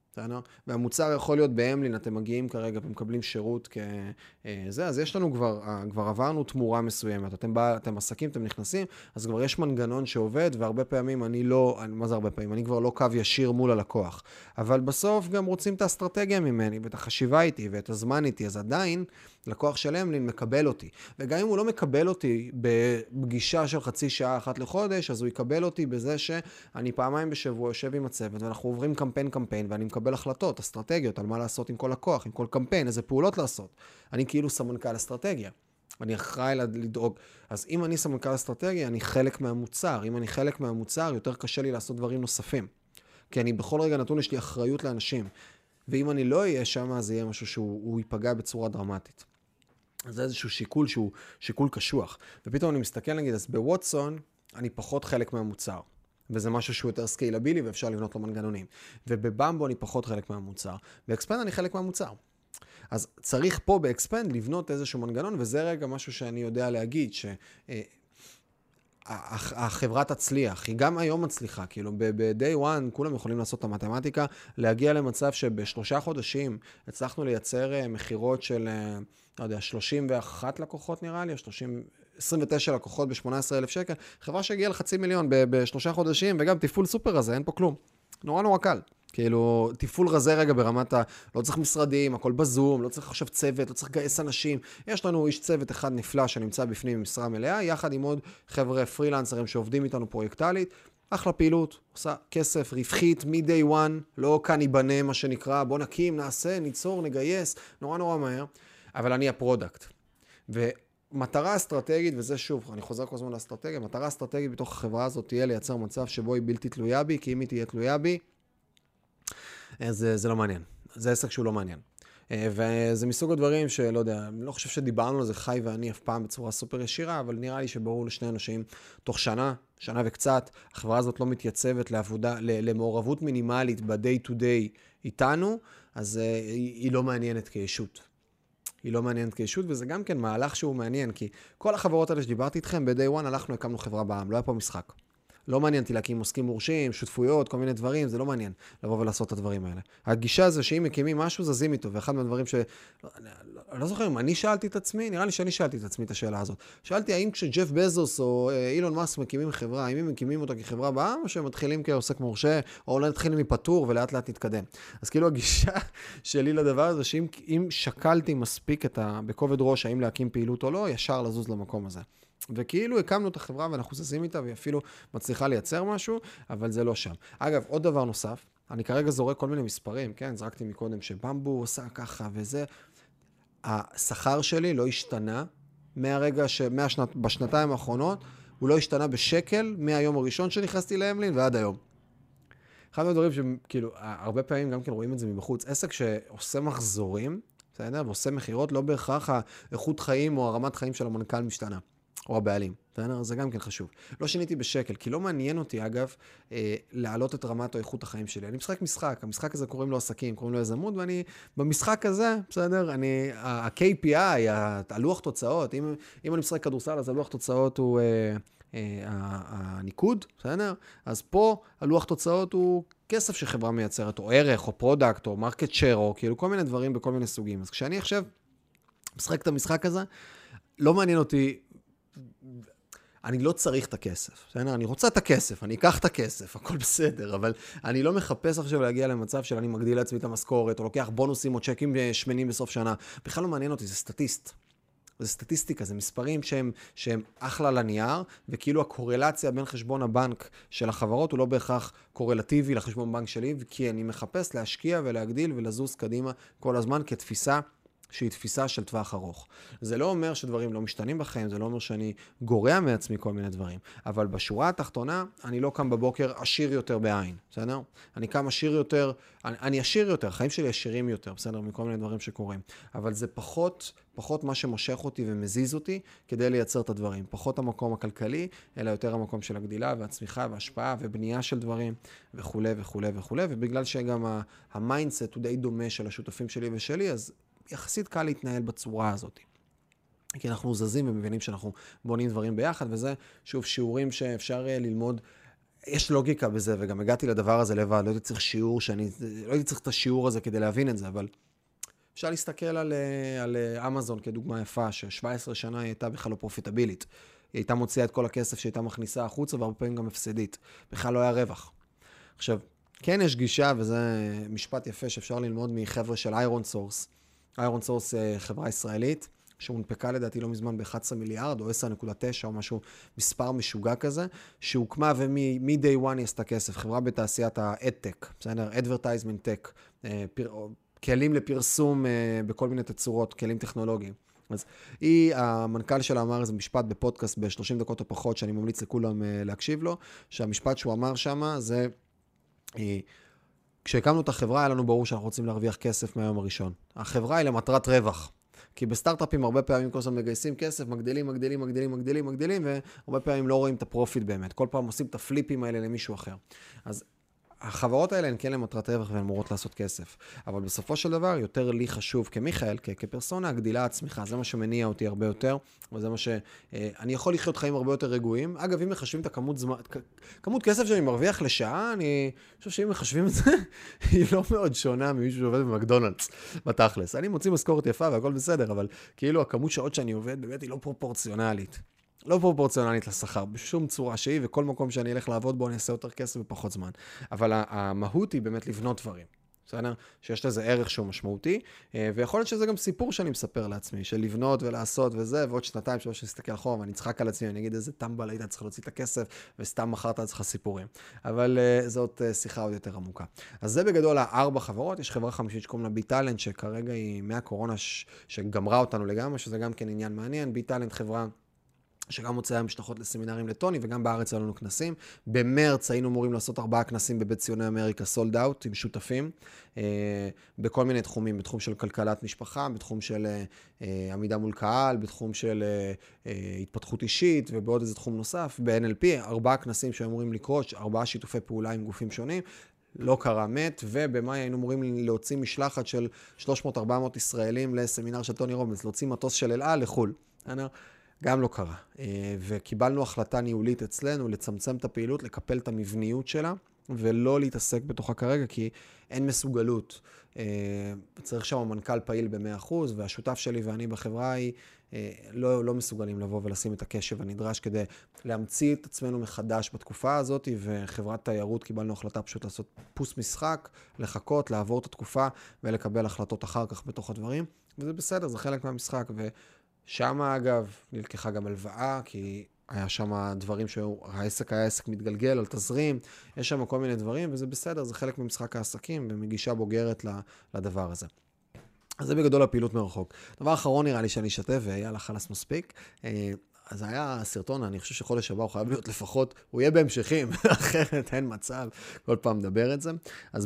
בסדר? והמוצר יכול להיות בהמלין, אתם מגיעים כרגע ומקבלים שירות כזה, אז יש לנו כבר עברנו תמורה מסוימת. אתם עסקים, אתם נכנסים, אז כבר יש מנגנון שעובד, והרבה פעמים מה זה הרבה פעמים? אני כבר לא קו ישיר מול הלקוח. אבל בסוף גם רוצים את האסטרטגיה ממני, ואת החשיבה איתי, ואת הזמן איתי, אז עדיין לקוח של המלין מקבל אותי. וגם אם הוא לא מקבל אותי בפגישה של חצי שעה אחת לחודש, אז הוא יקבל אותי בזה שאני פעמיים בשבוע יושב עם הצוות, ואנחנו עוברים קמפיין, ואני מקבל החלטות, אסטרטגיות, על מה לעשות עם כל לקוח, עם כל קמפיין, איזה פעולות לעשות. אני כאילו סמנכ"ל אסטרטגיה. אני אחראי לדאוג. אז אם אני סמנכ"ל אסטרטגיה, אני חלק מהמוצר. אם אני חלק מהמוצר, יותר קשה לי לעשות דברים נוספים. כי אני בכל רגע נתון יש לי אחריות לאנשים. ואם אני לא אהיה שם, אז יהיה משהו שהוא ייפגע בצורה דרמטית. אז זה איזשהו שיקול שהוא שיקול קשוח. ופתאום אני מסתכל, נגיד, אז בווטסון, אני פחות חלק מהמוצר. וזה משהו שהוא יותר סקיילבילי, ואפשר לבנות לו מנגנונים. ובבמבו אני פחות חלק מהמוצר. באקספנד אני חלק מהמוצר. אז צריך פה באקספנד לבנות איזשהו מנגנון, וזה רגע משהו שאני יודע להגיד, החברה תצליח, היא גם היום מצליחה, כאילו ב-day one כולם יכולים לעשות את המתמטיקה, להגיע למצב שבשלושה חודשים הצלחנו לייצר מחירות של, לא יודע, 31 לקוחות נראה לי, 29 לקוחות ב-18,000 שקל, חברה שהגיעה ל500,000 בשלושה חודשים, וגם טיפול סופר הזה, אין פה כלום. נורא קל. כאילו, טיפול רזה רגע ברמת לא צריך משרדים, הכל בזום, לא צריך עכשיו צוות, לא צריך לגייס אנשים. יש לנו איש צוות אחד נפלא שנמצא בפנים במשרה מלאה, יחד עם עוד חבר'ה פרילנסרים שעובדים איתנו פרויקטלית. אחלה פעילות, עושה כסף, רווחית, מ-day one, לא כאן ייבנה מה שנקרא, בוא נקים, נעשה, ניצור, נגייס, נורא מהר. אבל אני הפרודקט. ומטרה אסטרטגית, וזה שוב, אני חוזר כל הזמן לאסטרטגיה, מטרה אסטרטגית בתוך החברה הזאת תהיה לייצר מצב שבו היא בלתי תלויה בי, כי אם היא תהיה תלויה בי, זה לא מעניין. זה עסק שהוא לא מעניין. וזה מסוג הדברים שלא יודע, אני לא חושב שדיברנו על זה חי ואני אף פעם בצורה סופר ישירה, אבל נראה לי שברור לשני אנשים, תוך שנה וקצת, החברה הזאת לא מתייצבת לעבודה, למעורבות מינימלית ב-day to day איתנו, אז היא לא מעניינת כישות. היא לא מעניינת כישות, וזה גם כן מהלך שהוא מעניין, כי כל החברות האלה שדיברתי איתכם, ב-day one הלכנו, הקמנו חברה בעם, לא היה פה משחק. לא מעניין אותי להקים עוסקים מורשים, שותפויות, כל מיני דברים, זה לא מעניין לבוא ולעשות את הדברים האלה. הגישה הזו שאם מקימים משהו, זזים איתו, ואחד מהדברים לא זוכר אם אני שאלתי את עצמי, נראה לי שאני שאלתי את עצמי את השאלה הזאת. שאלתי האם כשג'ף בזוס או אילון מאסק מקימים חברה, האם הם מקימים אותה כחברה בעם, או שהם מתחילים כעוסק מורשה, או אולי מתחילים מפטור ולאט לאט נתקדם. אז כאילו הגישה שלי לדבר הזה, שאם שקלתי מספיק בכובד ראש, האם להקים פעילות או לא, ישר לזוז למקום הזה. וכאילו הקמנו את החברה ואנחנו זזים איתה והיא אפילו מצליחה לייצר משהו, אבל זה לא שם. אגב, עוד דבר נוסף, אני כרגע זורק כל מיני מספרים, כן? זרקתי מקודם שבמבו עושה ככה וזה. השכר שלי לא השתנה מהרגע בשנתיים האחרונות, הוא לא השתנה בשקל מהיום הראשון שנכנסתי להמלין ועד היום. אחד מהדברים שכאילו, הרבה פעמים גם כן רואים את זה מבחוץ, עסק שעושה מחזורים, בסדר? ועושה מחירות, לא בהכרח האיכות חיים או הרמת חיים של המנכ"ל משתנה. או הבעלים, זה גם כן חשוב. לא שיניתי בשקל, כי לא מעניין אותי, אגב, להעלות את רמת או איכות החיים שלי. אני משחק משחק, המשחק הזה קוראים לו עסקים, קוראים לו יזמות, ואני במשחק הזה, בסדר, ה-KPI, הלוח תוצאות, אם אני משחק כדורסל, אז הלוח תוצאות הוא הניקוד, בסדר? אז פה הלוח תוצאות הוא כסף שחברה מייצרת, או ערך, או פרודקט, או מרקט שייר, או כאילו כל מיני דברים בכל מיני סוגים. אז כשאני עכשיו משחק את המשחק הזה, לא מעניין אותי, אני לא צריך את הכסף, בסדר? אני רוצה את הכסף, אני אקח את הכסף, הכל בסדר, אבל אני לא מחפש עכשיו להגיע למצב של אני מגדיל לעצמי את המשכורת, או לוקח בונוסים או צ'קים שמנים בסוף שנה. בכלל לא מעניין אותי, זה סטטיסט. זה סטטיסטיקה, זה מספרים שהם אחלה לנייר, וכאילו הקורלציה בין חשבון הבנק של החברות הוא לא בהכרח קורלטיבי לחשבון בנק שלי, כי אני מחפש להשקיע ולהגדיל ולזוז קדימה כל הזמן כתפיסה שהיא תפיסה של טווח ארוך. זה לא אומר שדברים לא משתנים בחיים, זה לא אומר שאני גורע מעצמי כל מיני דברים, אבל בשורה התחתונה, אני לא קם בבוקר עשיר יותר בעין, בסדר? אני קם עשיר יותר, אני עשיר יותר, החיים שלי עשירים יותר, בסדר? מכל מיני דברים שקורים, אבל זה פחות מה שמושך אותי ומזיז אותי כדי לייצר את הדברים. פחות המקום הכלכלי, אלא יותר המקום של הגדילה והצמיחה וההשפעה ובנייה של דברים וכו' וכו' וכו'. ובגלל שגם המיינדסט הוא די דומה של השותפים שלי ושלי, אז יחסית קל להתנהל בצורה הזאת. כי אנחנו זזים ומבינים שאנחנו בונים דברים ביחד, וזה שוב שיעורים שאפשר ללמוד יש לוגיקה בזה, וגם הגעתי לדבר הזה לבד, לא הייתי צריך שיעור, לא הייתי צריך את השיעור הזה כדי להבין את זה, אבל אפשר להסתכל על אמזון כדוגמה יפה, ש17 שנה היא הייתה בכלל לא פרופיטבילית. היא הייתה מוציאה את כל הכסף שהייתה מכניסה החוצה, והרבה פעמים גם הפסדית. בכלל לא היה רווח. עכשיו, כן יש גישה, וזה משפט יפה שאפשר ללמוד מחבר'ה של איירון סורס. איירון סורס חברה ישראלית, שהונפקה לדעתי לא מזמן ב-11 מיליארד, או 10.9, או משהו, מספר משוגע כזה, שהוקמה ומ-day one היא עשתה כסף. חברה בתעשיית ה-EdTech, בסדר? Advertisement Tech, כלים לפרסום בכל מיני תצורות, כלים טכנולוגיים. אז המנכ"ל שלה אמר איזה משפט בפודקאסט ב-30 דקות או פחות, שאני ממליץ לכולם להקשיב לו, שהמשפט שהוא אמר שמה זה, כשהקמנו את החברה, היה לנו ברור שאנחנו רוצים להרוויח כסף מהיום הראשון. החברה היא למטרת רווח. כי בסטארט-אפים הרבה פעמים כל הזמן מגייסים כסף, מגדילים, והרבה פעמים לא רואים את הפרופיט באמת. כל פעם עושים את הפליפים האלה למישהו אחר. אז החברות האלה הן כן למטרת רווח והן אמורות לעשות כסף. אבל בסופו של דבר, יותר לי חשוב כמיכאל, כפרסונה, הגדילה הצמיחה. זה מה שמניע אותי הרבה יותר, וזה מה אני יכול לחיות חיים הרבה יותר רגועים. אגב, אם מחשבים את כמות כסף שאני מרוויח לשעה, אני חושב שאם מחשבים את זה, היא לא מאוד שונה ממישהו שעובד במקדונלדס, בתכלס. אני מוציא משכורת יפה והכל בסדר, אבל כאילו הכמות שעות שאני עובד, באמת היא לא פרופורציונלית. לא פרופורציונלית לשכר, בשום צורה שהיא, וכל מקום שאני אלך לעבוד בו, אני אעשה יותר כסף בפחות זמן. אבל המהות היא באמת לבנות דברים. בסדר? שיש לזה ערך שהוא משמעותי, ויכול להיות שזה גם סיפור שאני מספר לעצמי, של לבנות ולעשות וזה, ועוד שנתיים שלוש נסתכל אחורה, ואני אצחק על עצמי, אני אגיד איזה טמבל היית צריך להוציא את הכסף, וסתם מחרת לעצמך סיפורים. אבל זאת שיחה עוד יותר עמוקה. אז זה בגדול 4 חברות, יש חברה חמישית שקוראים לה ביטלנט, שכרגע היא מהקורונה שגמרה אותנו לגמרי, שזה גם כן עניין מעניין. ביטלנט חברה שגם מוצאה משלחות לסמינרים לטוני, וגם בארץ היו לנו כנסים. במרץ היינו אמורים לעשות 4 כנסים בבית ציוני אמריקה, סולד אאוט, עם שותפים, בכל מיני תחומים, בתחום של כלכלת משפחה, בתחום של עמידה מול קהל, בתחום של התפתחות אישית, ובעוד איזה תחום נוסף, ב-NLP, 4 כנסים שאמורים לקרות, 4 שיתופי פעולה עם גופים שונים, לא קרה מת, ובמאי היינו אמורים להוציא משלחת של 300-400 ישראלים לסמינר של טוני רובינס, להוציא מטוס של אל על לחול. גם לא קרה. וקיבלנו החלטה ניהולית אצלנו לצמצם את הפעילות, לקפל את המבניות שלה, ולא להתעסק בתוכה כרגע, כי אין מסוגלות. צריך שם מנכ"ל פעיל ב-100%, והשותף שלי ואני בחברה היא לא מסוגלים לבוא ולשים את הקשב הנדרש כדי להמציא את עצמנו מחדש בתקופה הזאת, וחברת תיירות קיבלנו החלטה פשוט לעשות פוס משחק, לחכות, לעבור את התקופה ולקבל החלטות אחר כך בתוך הדברים, וזה בסדר, זה חלק מהמשחק, שם אגב נלקחה גם הלוואה, כי היה שם דברים שהעסק היה עסק מתגלגל על תזרים, יש שם כל מיני דברים, וזה בסדר, זה חלק ממשחק העסקים, ומגישה בוגרת לדבר הזה. אז זה בגדול הפעילות מרחוק. דבר אחרון נראה לי שאני אשתף, ויאללה חלס מספיק. אז היה סרטון, אני חושב שחודש הבא הוא חייב להיות לפחות, הוא יהיה בהמשכים, אחרת אין מצב, כל פעם מדבר את זה. אז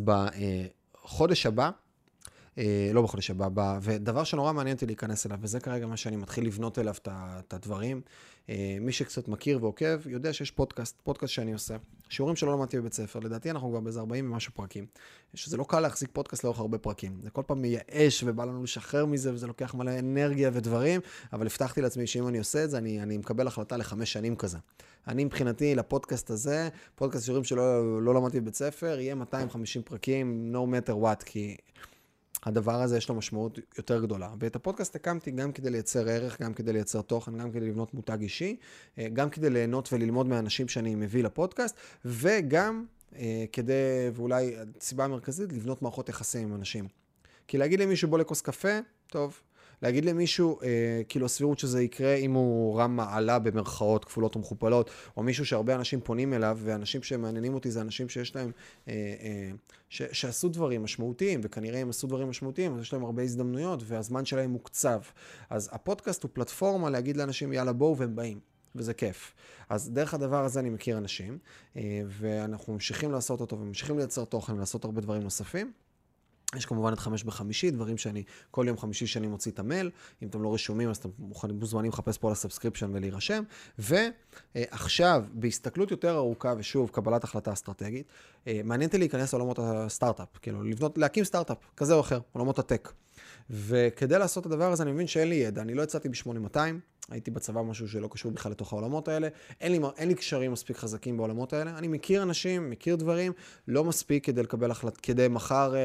בחודש הבא, לא בחודש הבא, ודבר שנורא מעניין אותי להיכנס אליו, וזה כרגע מה שאני מתחיל לבנות אליו את הדברים. מי שקצת מכיר ועוקב, יודע שיש פודקאסט שאני עושה, שיעורים שלא למדתי בבית ספר, לדעתי אנחנו כבר באיזה 40 ומשהו פרקים, שזה לא קל להחזיק פודקאסט לאורך הרבה פרקים, זה כל פעם מייאש ובא לנו לשחרר מזה, וזה לוקח מלא אנרגיה ודברים, אבל הבטחתי לעצמי שאם אני עושה את זה, אני מקבל החלטה ל5 שנים כזה. אני מבחינתי לפודקאסט הזה, פודקאסט שיעורים שלא למדתי בבית ספר, יהיה 250 פרקים, no matter what, כי הדבר הזה יש לו משמעות יותר גדולה. ואת הפודקאסט הקמתי גם כדי לייצר ערך, גם כדי לייצר תוכן, גם כדי לבנות מותג אישי, גם כדי ליהנות וללמוד מהאנשים שאני מביא לפודקאסט, וגם כדי, ואולי הסיבה המרכזית, לבנות מערכות יחסים עם אנשים. כי להגיד למישהו בוא לכוס קפה, טוב. להגיד למישהו, כאילו הסבירות שזה יקרה אם הוא רם מעלה במרכאות כפולות ומכופלות, או מישהו שהרבה אנשים פונים אליו, ואנשים שמעניינים אותי זה אנשים שיש להם, שעשו דברים משמעותיים, וכנראה הם עשו דברים משמעותיים, אז יש להם הרבה הזדמנויות, והזמן שלהם מוקצב. אז הפודקאסט הוא פלטפורמה להגיד לאנשים יאללה בואו והם באים. וזה כיף. אז דרך הדבר הזה אני מכיר אנשים, ואנחנו ממשיכים לעשות אותו, וממשיכים לייצר תוכן ולעשות הרבה דברים נוספים. יש כמובן את 5 ב-5, דברים שאני, כל יום 5 שאני מוציא את המייל, אם אתם לא רשומים אז אתם מוזמנים לחפש פה על הסאבסקריפשן ולהירשם, ועכשיו, בהסתכלות יותר ארוכה, ושוב, קבלת החלטה אסטרטגית, מעניינתי להיכנס לעולמות הסטארט-אפ, כאילו, להקים סטארט-אפ, כזה או אחר, עולמות הטק. וכדי לעשות את הדבר הזה, אני מבין שאין לי ידע, אני לא יצאתי ב-8200, הייתי בצבא משהו שלא קשור בכלל לתוך העולמות האלה. אין לי קשרים מספיק חזקים בעולמות האלה. אני מכיר אנשים, מכיר דברים, לא מספיק כדי לקבל כדי מחר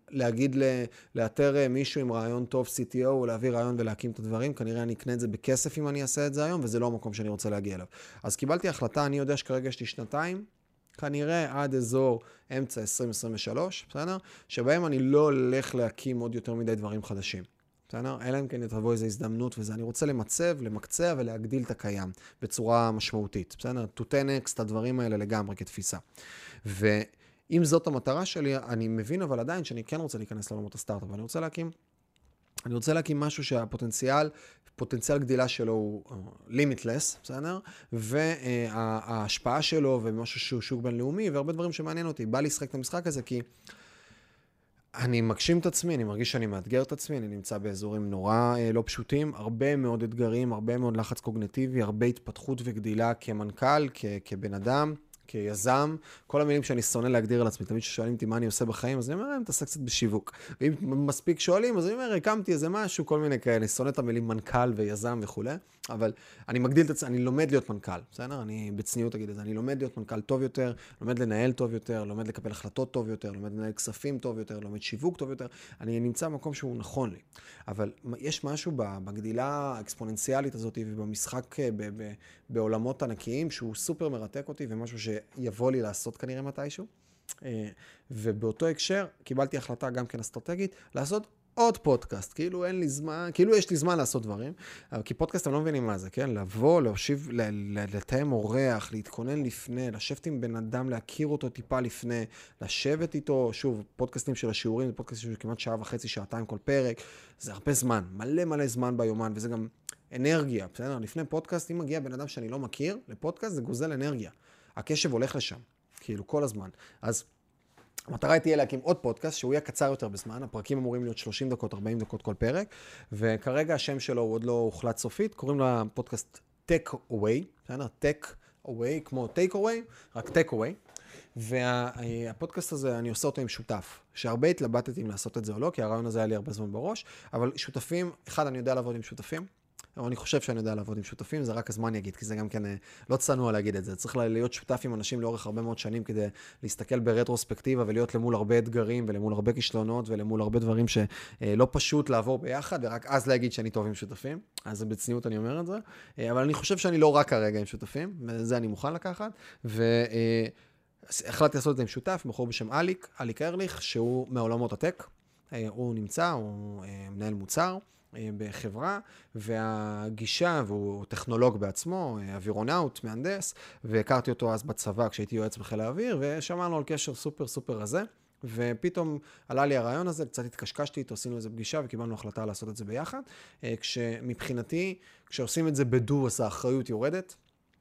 לאתר מישהו עם רעיון טוב CTO, או להביא רעיון ולהקים את הדברים. כנראה אני אקנה את זה בכסף אם אני אעשה את זה היום, וזה לא המקום שאני רוצה להגיע אליו. אז קיבלתי החלטה, אני יודע שכרגע יש לי 2 כנראה עד אזור אמצע 2023, בסדר? שבהם אני לא הולך להקים עוד יותר מדי דברים חדשים. בסדר? אלא אם כן תבוא איזו הזדמנות וזה. אני רוצה למקצע ולהגדיל את הקיים בצורה משמעותית. בסדר? To 10x את הדברים האלה לגמרי כתפיסה. ואם זאת המטרה שלי, אני מבין אבל עדיין שאני כן רוצה להיכנס לעולמות הסטארט-אפ. אני רוצה להקים משהו פוטנציאל גדילה שלו הוא limitless, בסדר? וההשפעה שלו ומשהו שהוא שוק בינלאומי והרבה דברים שמעניין אותי. בא לי לשחק את המשחק הזה כי אני מגשים את עצמי, אני מרגיש שאני מאתגר את עצמי, אני נמצא באזורים נורא לא פשוטים, הרבה מאוד אתגרים, הרבה מאוד לחץ קוגניטיבי, הרבה התפתחות וגדילה כמנכ"ל, כבן אדם, כיזם, כל המילים שאני שונא להגדיר על עצמי, תמיד ששואלים אותי מה אני עושה בחיים, אז אני אומר, אני מתעסק קצת בשיווק. ואם מספיק שואלים, אז אני אומר, הקמתי איזה משהו, כל מיני כאלה, אני שונא את המילים מנכ"ל ויזם וכו', אבל אני מגדיל את עצמי, אני לומד להיות מנכ"ל, בסדר? אני בצניעות אגיד את זה, אני לומד להיות מנכ"ל טוב יותר, לומד לנהל טוב יותר, לומד לקבל החלטות טוב יותר, לומד לנהל כספים טוב יותר, לומד שיווק טוב יותר, אני נמצא במקום שהוא נכון לי. אבל יש משהו בגדילה האקספוננציאלית הזאת ובמשחק בעולמות ענקיים שהוא סופר מרתק אותי ומשהו שיבוא לי לעשות כנראה מתישהו. ובאותו הקשר קיבלתי החלטה גם כן אסטרטגית לעשות עוד פודקאסט, כאילו אין לי זמן, כאילו יש לי זמן לעשות דברים, כי פודקאסט הם לא מבינים מה זה, כן? לבוא, להושיב, לתאם אורח, להתכונן לפני, לשבת עם בן אדם, להכיר אותו טיפה לפני, לשבת איתו, שוב, פודקאסטים של השיעורים, זה פודקאסטים של כמעט 1.5 שעתיים כל פרק, זה הרבה זמן, מלא זמן ביומן, וזה גם אנרגיה, בסדר? לפני פודקאסט, אם מגיע בן אדם שאני לא מכיר, לפודקאסט זה גוזל אנרגיה. הקשב הולך לשם, כאילו כל הזמן. אז המטרה תהיה להקים עוד פודקאסט שהוא יהיה קצר יותר בזמן, הפרקים אמורים להיות 30 דקות, 40 דקות כל פרק, וכרגע השם שלו הוא עוד לא הוחלט סופית, קוראים לו פודקאסט Take Away, בסדר? Take Away, כמו Take Away, רק Take Away, והפודקאסט הזה אני עושה אותו עם שותף, שהרבה התלבטתי אם לעשות את זה או לא, כי הרעיון הזה היה לי הרבה זמן בראש, אבל שותפים, אחד אני יודע לעבוד עם שותפים, או אני חושב שאני יודע לעבוד עם שותפים, זה רק הזמן יגיד, כי זה גם כן לא צנוע להגיד את זה. צריך להיות שותף עם אנשים לאורך הרבה מאוד שנים כדי להסתכל ברטרוספקטיבה ולהיות למול הרבה אתגרים ולמול הרבה כישלונות ולמול הרבה דברים שלא פשוט לעבור ביחד, ורק אז להגיד שאני טוב עם שותפים. אז בצניעות אני אומר את זה. אבל אני חושב שאני לא רק כרגע עם שותפים, וזה אני מוכן לקחת. והחלטתי לעשות את זה עם שותף, בחור בשם אליק ארליך, שהוא מעולמות הטק. הוא נמצא, הוא מנהל מוצר. בחברה, והגישה, והוא טכנולוג בעצמו, אווירונאוט, מהנדס, והכרתי אותו אז בצבא כשהייתי יועץ בחיל האוויר, ושמענו על קשר סופר רזה, ופתאום עלה לי הרעיון הזה, קצת התקשקשתי איתו, עשינו איזה פגישה, וקיבלנו החלטה לעשות את זה ביחד, כשמבחינתי, כשעושים את זה בדו, אז האחריות יורדת,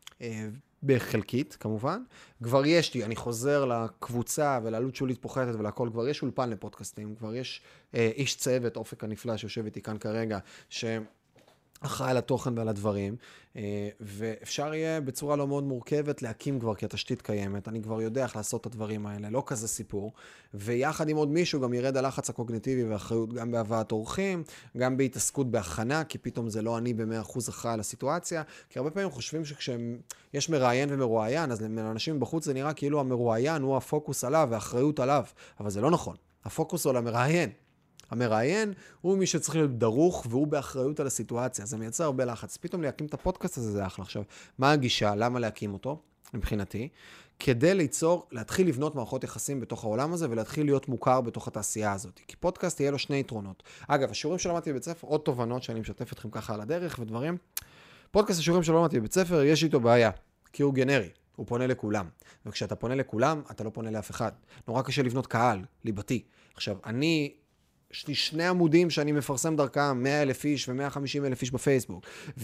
בחלקית, כמובן. כבר יש לי, אני חוזר לקבוצה ולעלות שולית פוחתת ולכל, כבר יש אולפן לפודקאסטים, כבר יש איש צוות, אופק הנפלא שיושב איתי כאן כרגע, אחראי על התוכן ועל הדברים, ואפשר יהיה בצורה לא מאוד מורכבת להקים כבר, כי התשתית קיימת, אני כבר יודע איך לעשות את הדברים האלה, לא כזה סיפור, ויחד עם עוד מישהו גם ירד הלחץ הקוגניטיבי והאחריות גם בהבאת אורחים, גם בהתעסקות בהכנה, כי פתאום זה לא אני ב100% אחראי על הסיטואציה, כי הרבה פעמים חושבים שכשיש מראיין ומרואיין, אז לאנשים בחוץ זה נראה כאילו המרואיין הוא הפוקוס עליו והאחריות עליו, אבל זה לא נכון, הפוקוס הוא על המראיין. המראיין הוא מי שצריך להיות דרוך, והוא באחריות על הסיטואציה. זה מייצר הרבה לחץ. פתאום להקים את הפודקאסט הזה זה אחלה. עכשיו, מה הגישה? למה להקים אותו? מבחינתי, כדי להתחיל לבנות מערכות יחסים בתוך העולם הזה, ולהתחיל להיות מוכר בתוך התעשייה הזאת. כי פודקאסט יהיה לו 2 יתרונות. אגב, השיעורים שלמדתי בבית ספר, עוד תובנות שאני משתף אתכם ככה על הדרך ודברים. פודקאסט השיעורים שלמדתי בבית ספר, יש איתו בעיה, כי הוא גנרי. הוא פונה לכולם. וכשאתה פונה לכולם, אתה לא פונה לאף אחד. נורא קשה לבנות קהל, ליבתי. עכשיו, יש לי 2 עמודים שאני מפרסם דרכם, 100,000 איש ו150,000 איש בפייסבוק.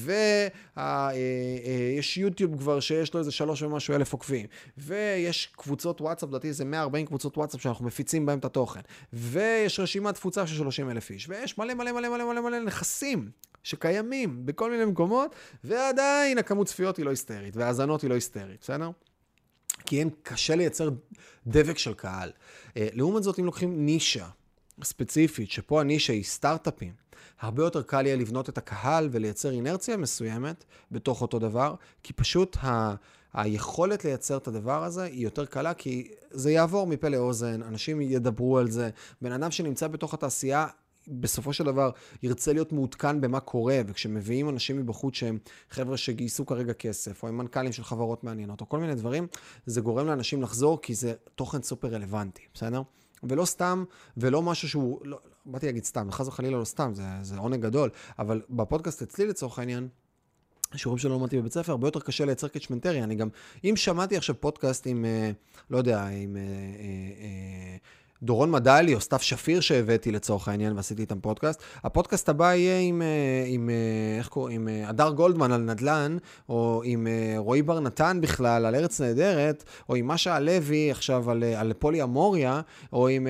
ויש יוטיוב כבר שיש לו איזה 3 ומשהו אלף עוקבים. ויש קבוצות וואטסאפ, דעתי זה 140 קבוצות וואטסאפ שאנחנו מפיצים בהם את התוכן. ויש רשימת תפוצה של 30,000 איש. ויש מלא נכסים שקיימים בכל מיני מקומות, ועדיין הכמות צפיות היא לא היסטרית, והאזנות היא לא היסטרית, בסדר? כי קשה לייצר דבק של קהל. לעומת זאת, אם לוקחים נישה, ספציפית, שפה הנישה היא סטארט-אפים, הרבה יותר קל יהיה לבנות את הקהל ולייצר אינרציה מסוימת בתוך אותו דבר, כי פשוט היכולת לייצר את הדבר הזה היא יותר קלה, כי זה יעבור מפה לאוזן, אנשים ידברו על זה, בן אדם שנמצא בתוך התעשייה, בסופו של דבר ירצה להיות מעודכן במה קורה, וכשמביאים אנשים מבחוץ שהם חבר'ה שגייסו כרגע כסף, או הם מנכ"לים של חברות מעניינות, או כל מיני דברים, זה גורם לאנשים לחזור, כי זה תוכן סופר רלוונטי, בסדר? ולא סתם, ולא משהו שהוא, לא, באתי להגיד סתם, חס וחלילה לא סתם, זה עונג גדול, אבל בפודקאסט אצלי לצורך העניין, שיעורים שלא למדתי בבית ספר, הרבה יותר קשה לייצר קצ'מנטריה. אני גם, אם שמעתי עכשיו פודקאסט עם, לא יודע, עם דורון מדלי או סתיו שפיר שהבאתי לצורך העניין ועשיתי איתם פודקאסט, הפודקאסט הבא יהיה עם הדר גולדמן על נדל"ן, או עם רועי בר נתן בכלל על ארץ נהדרת, או עם משה הלוי עכשיו על פולי אמוריה, או עם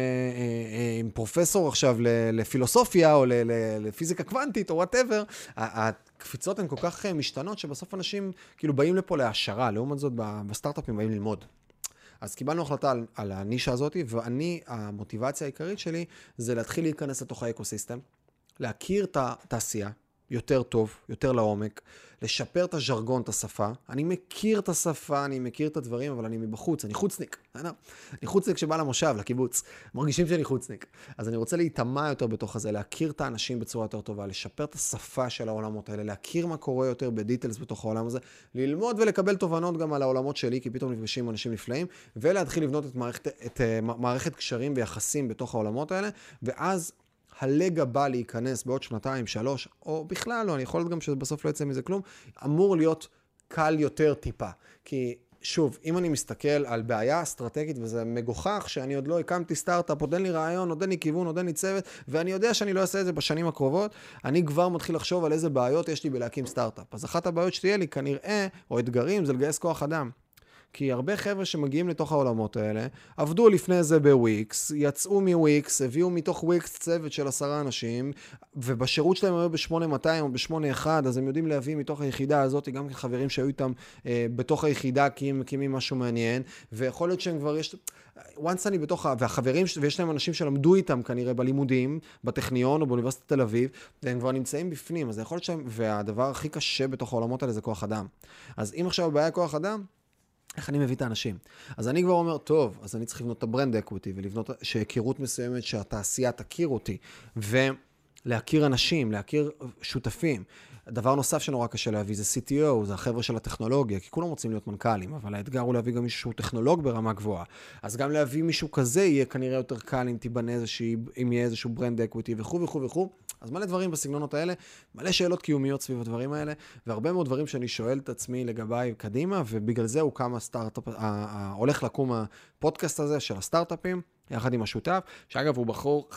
פרופסור עכשיו לפילוסופיה, או לפיזיקה קוונטית, או whatever. הקפיצות הן כל כך משתנות, שבסוף אנשים כאילו באים לפה להשערה, לעומת זאת בסטארט-אפים באים ללמוד. אז קיבלנו החלטה על הנישה הזאת, המוטיבציה העיקרית שלי זה להתחיל להיכנס לתוך האקוסיסטם, להכיר את התעשייה יותר טוב, יותר לעומק, לשפר את הז'רגון, את השפה. אני מכיר את השפה, אני מכיר את הדברים, אבל אני מבחוץ, אני חוצניק. אני חוצניק שבא למושב, לקיבוץ. מרגישים שאני חוצניק. אז אני רוצה להתאמה יותר בתוך הזה, להכיר את האנשים בצורה יותר טובה, לשפר את השפה של העולמות האלה, להכיר מה קורה יותר בדיטלס בתוך העולם הזה, ללמוד ולקבל תובנות גם על העולמות שלי, כי פתאום נפגשים עם אנשים נפלאים, ולהתחיל לבנות את מערכת קשרים ויחסים בתוך העולמות האלה, ואז הלג הבא להיכנס בעוד 2-3, או בכלל לא, אני יכול להיות גם שבסוף לא יצא מזה כלום, אמור להיות קל יותר טיפה. כי שוב, אם אני מסתכל על בעיה אסטרטגית, וזה מגוחך שאני עוד לא הקמתי סטארט-אפ, עוד אין לי רעיון, עוד אין לי כיוון, עוד אין לי צוות, ואני יודע שאני לא אעשה את זה בשנים הקרובות, אני כבר מתחיל לחשוב על איזה בעיות יש לי בלהקים סטארט-אפ. אז אחת הבעיות שתהיה לי כנראה, או אתגרים, זה לגייס כוח אדם. כי הרבה חבר'ה שמגיעים לתוך העולמות האלה, עבדו לפני זה בוויקס, יצאו מוויקס, הביאו מתוך וויקס צוות של 10 אנשים, ובשירות שלהם היו ב-8200 או ב-81, אז הם יודעים להביא מתוך היחידה הזאת, גם חברים שהיו איתם בתוך היחידה, כי הם מקימים משהו מעניין, ויכול להיות שהם כבר יש... once אני בתוך... והחברים, ויש להם אנשים שלמדו איתם כנראה בלימודים, בטכניון או באוניברסיטת תל אביב, והם כבר נמצאים בפנים, אז יכול להיות שהם... והדבר הכי קשה בתוך העולמות האלה זה כוח אדם. אז אם עכשיו הבעיה כוח אדם, איך אני מביא את האנשים? אז אני כבר אומר, טוב, אז אני צריך לבנות את הברנד אקוויטי, ולבנות שהכירות מסוימת שהתעשייה תכיר אותי, ולהכיר אנשים, להכיר שותפים. דבר נוסף שנורא קשה להביא זה CTO, זה החבר'ה של הטכנולוגיה, כי כולם רוצים להיות מנכ"לים, אבל האתגר הוא להביא גם מישהו שהוא טכנולוג ברמה גבוהה. אז גם להביא מישהו כזה יהיה כנראה יותר קל אם תיבנה אם יהיה איזשהו ברנד אקוויטי וכו' וכו' וכו'. אז מלא דברים בסגנונות האלה, מלא שאלות קיומיות סביב הדברים האלה, והרבה מאוד דברים שאני שואל את עצמי לגביי קדימה, ובגלל זה הוא קם הולך לקום הפודקאסט הזה של הסטארט-אפים, יחד עם השותף, שאגב הוא בחור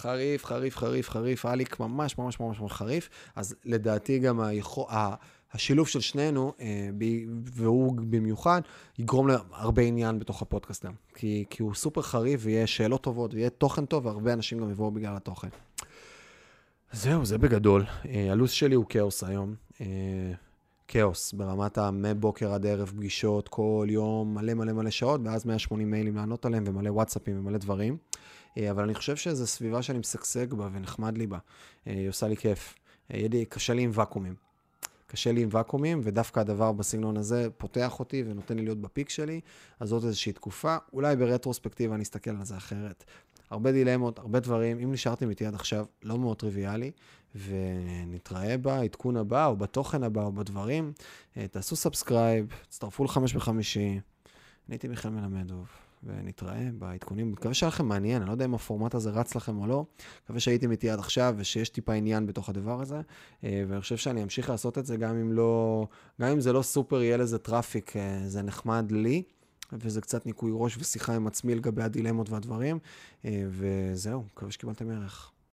חריף, אליק ממש חריף, אז לדעתי גם השילוב של שנינו, והוא במיוחד, יגרום להרבה עניין בתוך הפודקאסט גם, כי הוא סופר חריף, ויהיה שאלות טובות, ויהיה תוכן טוב, והרבה אנשים גם יבואו בגלל התוכן. זהו, זה בגדול. הלו"ז שלי הוא כאוס היום. כאוס, ברמת מבוקר עד ערב פגישות, כל יום מלא שעות, ואז 180 מיילים לענות עליהם, ומלא וואטסאפים ומלא דברים. אבל אני חושב שזו סביבה שאני משגשג בה ונחמד לי בה. היא עושה לי כיף. קשה לי עם ואקומים, ודווקא הדבר בסגנון הזה פותח אותי ונותן לי להיות בפיק שלי. אז זאת איזושהי תקופה. אולי ברטרוספקטיבה אני אסתכל על זה אחרת. הרבה דילמות, הרבה דברים. אם נשארתם איתי עד עכשיו, לא מאוד טריוויאלי, ונתראה בעדכון הבא, או בתוכן הבא, או בדברים. תעשו סאבסקרייב, תצטרפו ל5 ב-5. אני הייתי מיכאל מלמדוב, ונתראה בעדכונים. מקווה שהיה לכם מעניין, אני לא יודע אם הפורמט הזה רץ לכם או לא. מקווה שהייתם איתי עד עכשיו, ושיש טיפה עניין בתוך הדבר הזה. ואני חושב שאני אמשיך לעשות את זה, גם אם זה לא סופר, יהיה לזה טראפיק, זה נחמד לי. וזה קצת ניקוי ראש ושיחה עם עצמי לגבי הדילמות והדברים, וזהו, מקווה שקיבלתם ערך.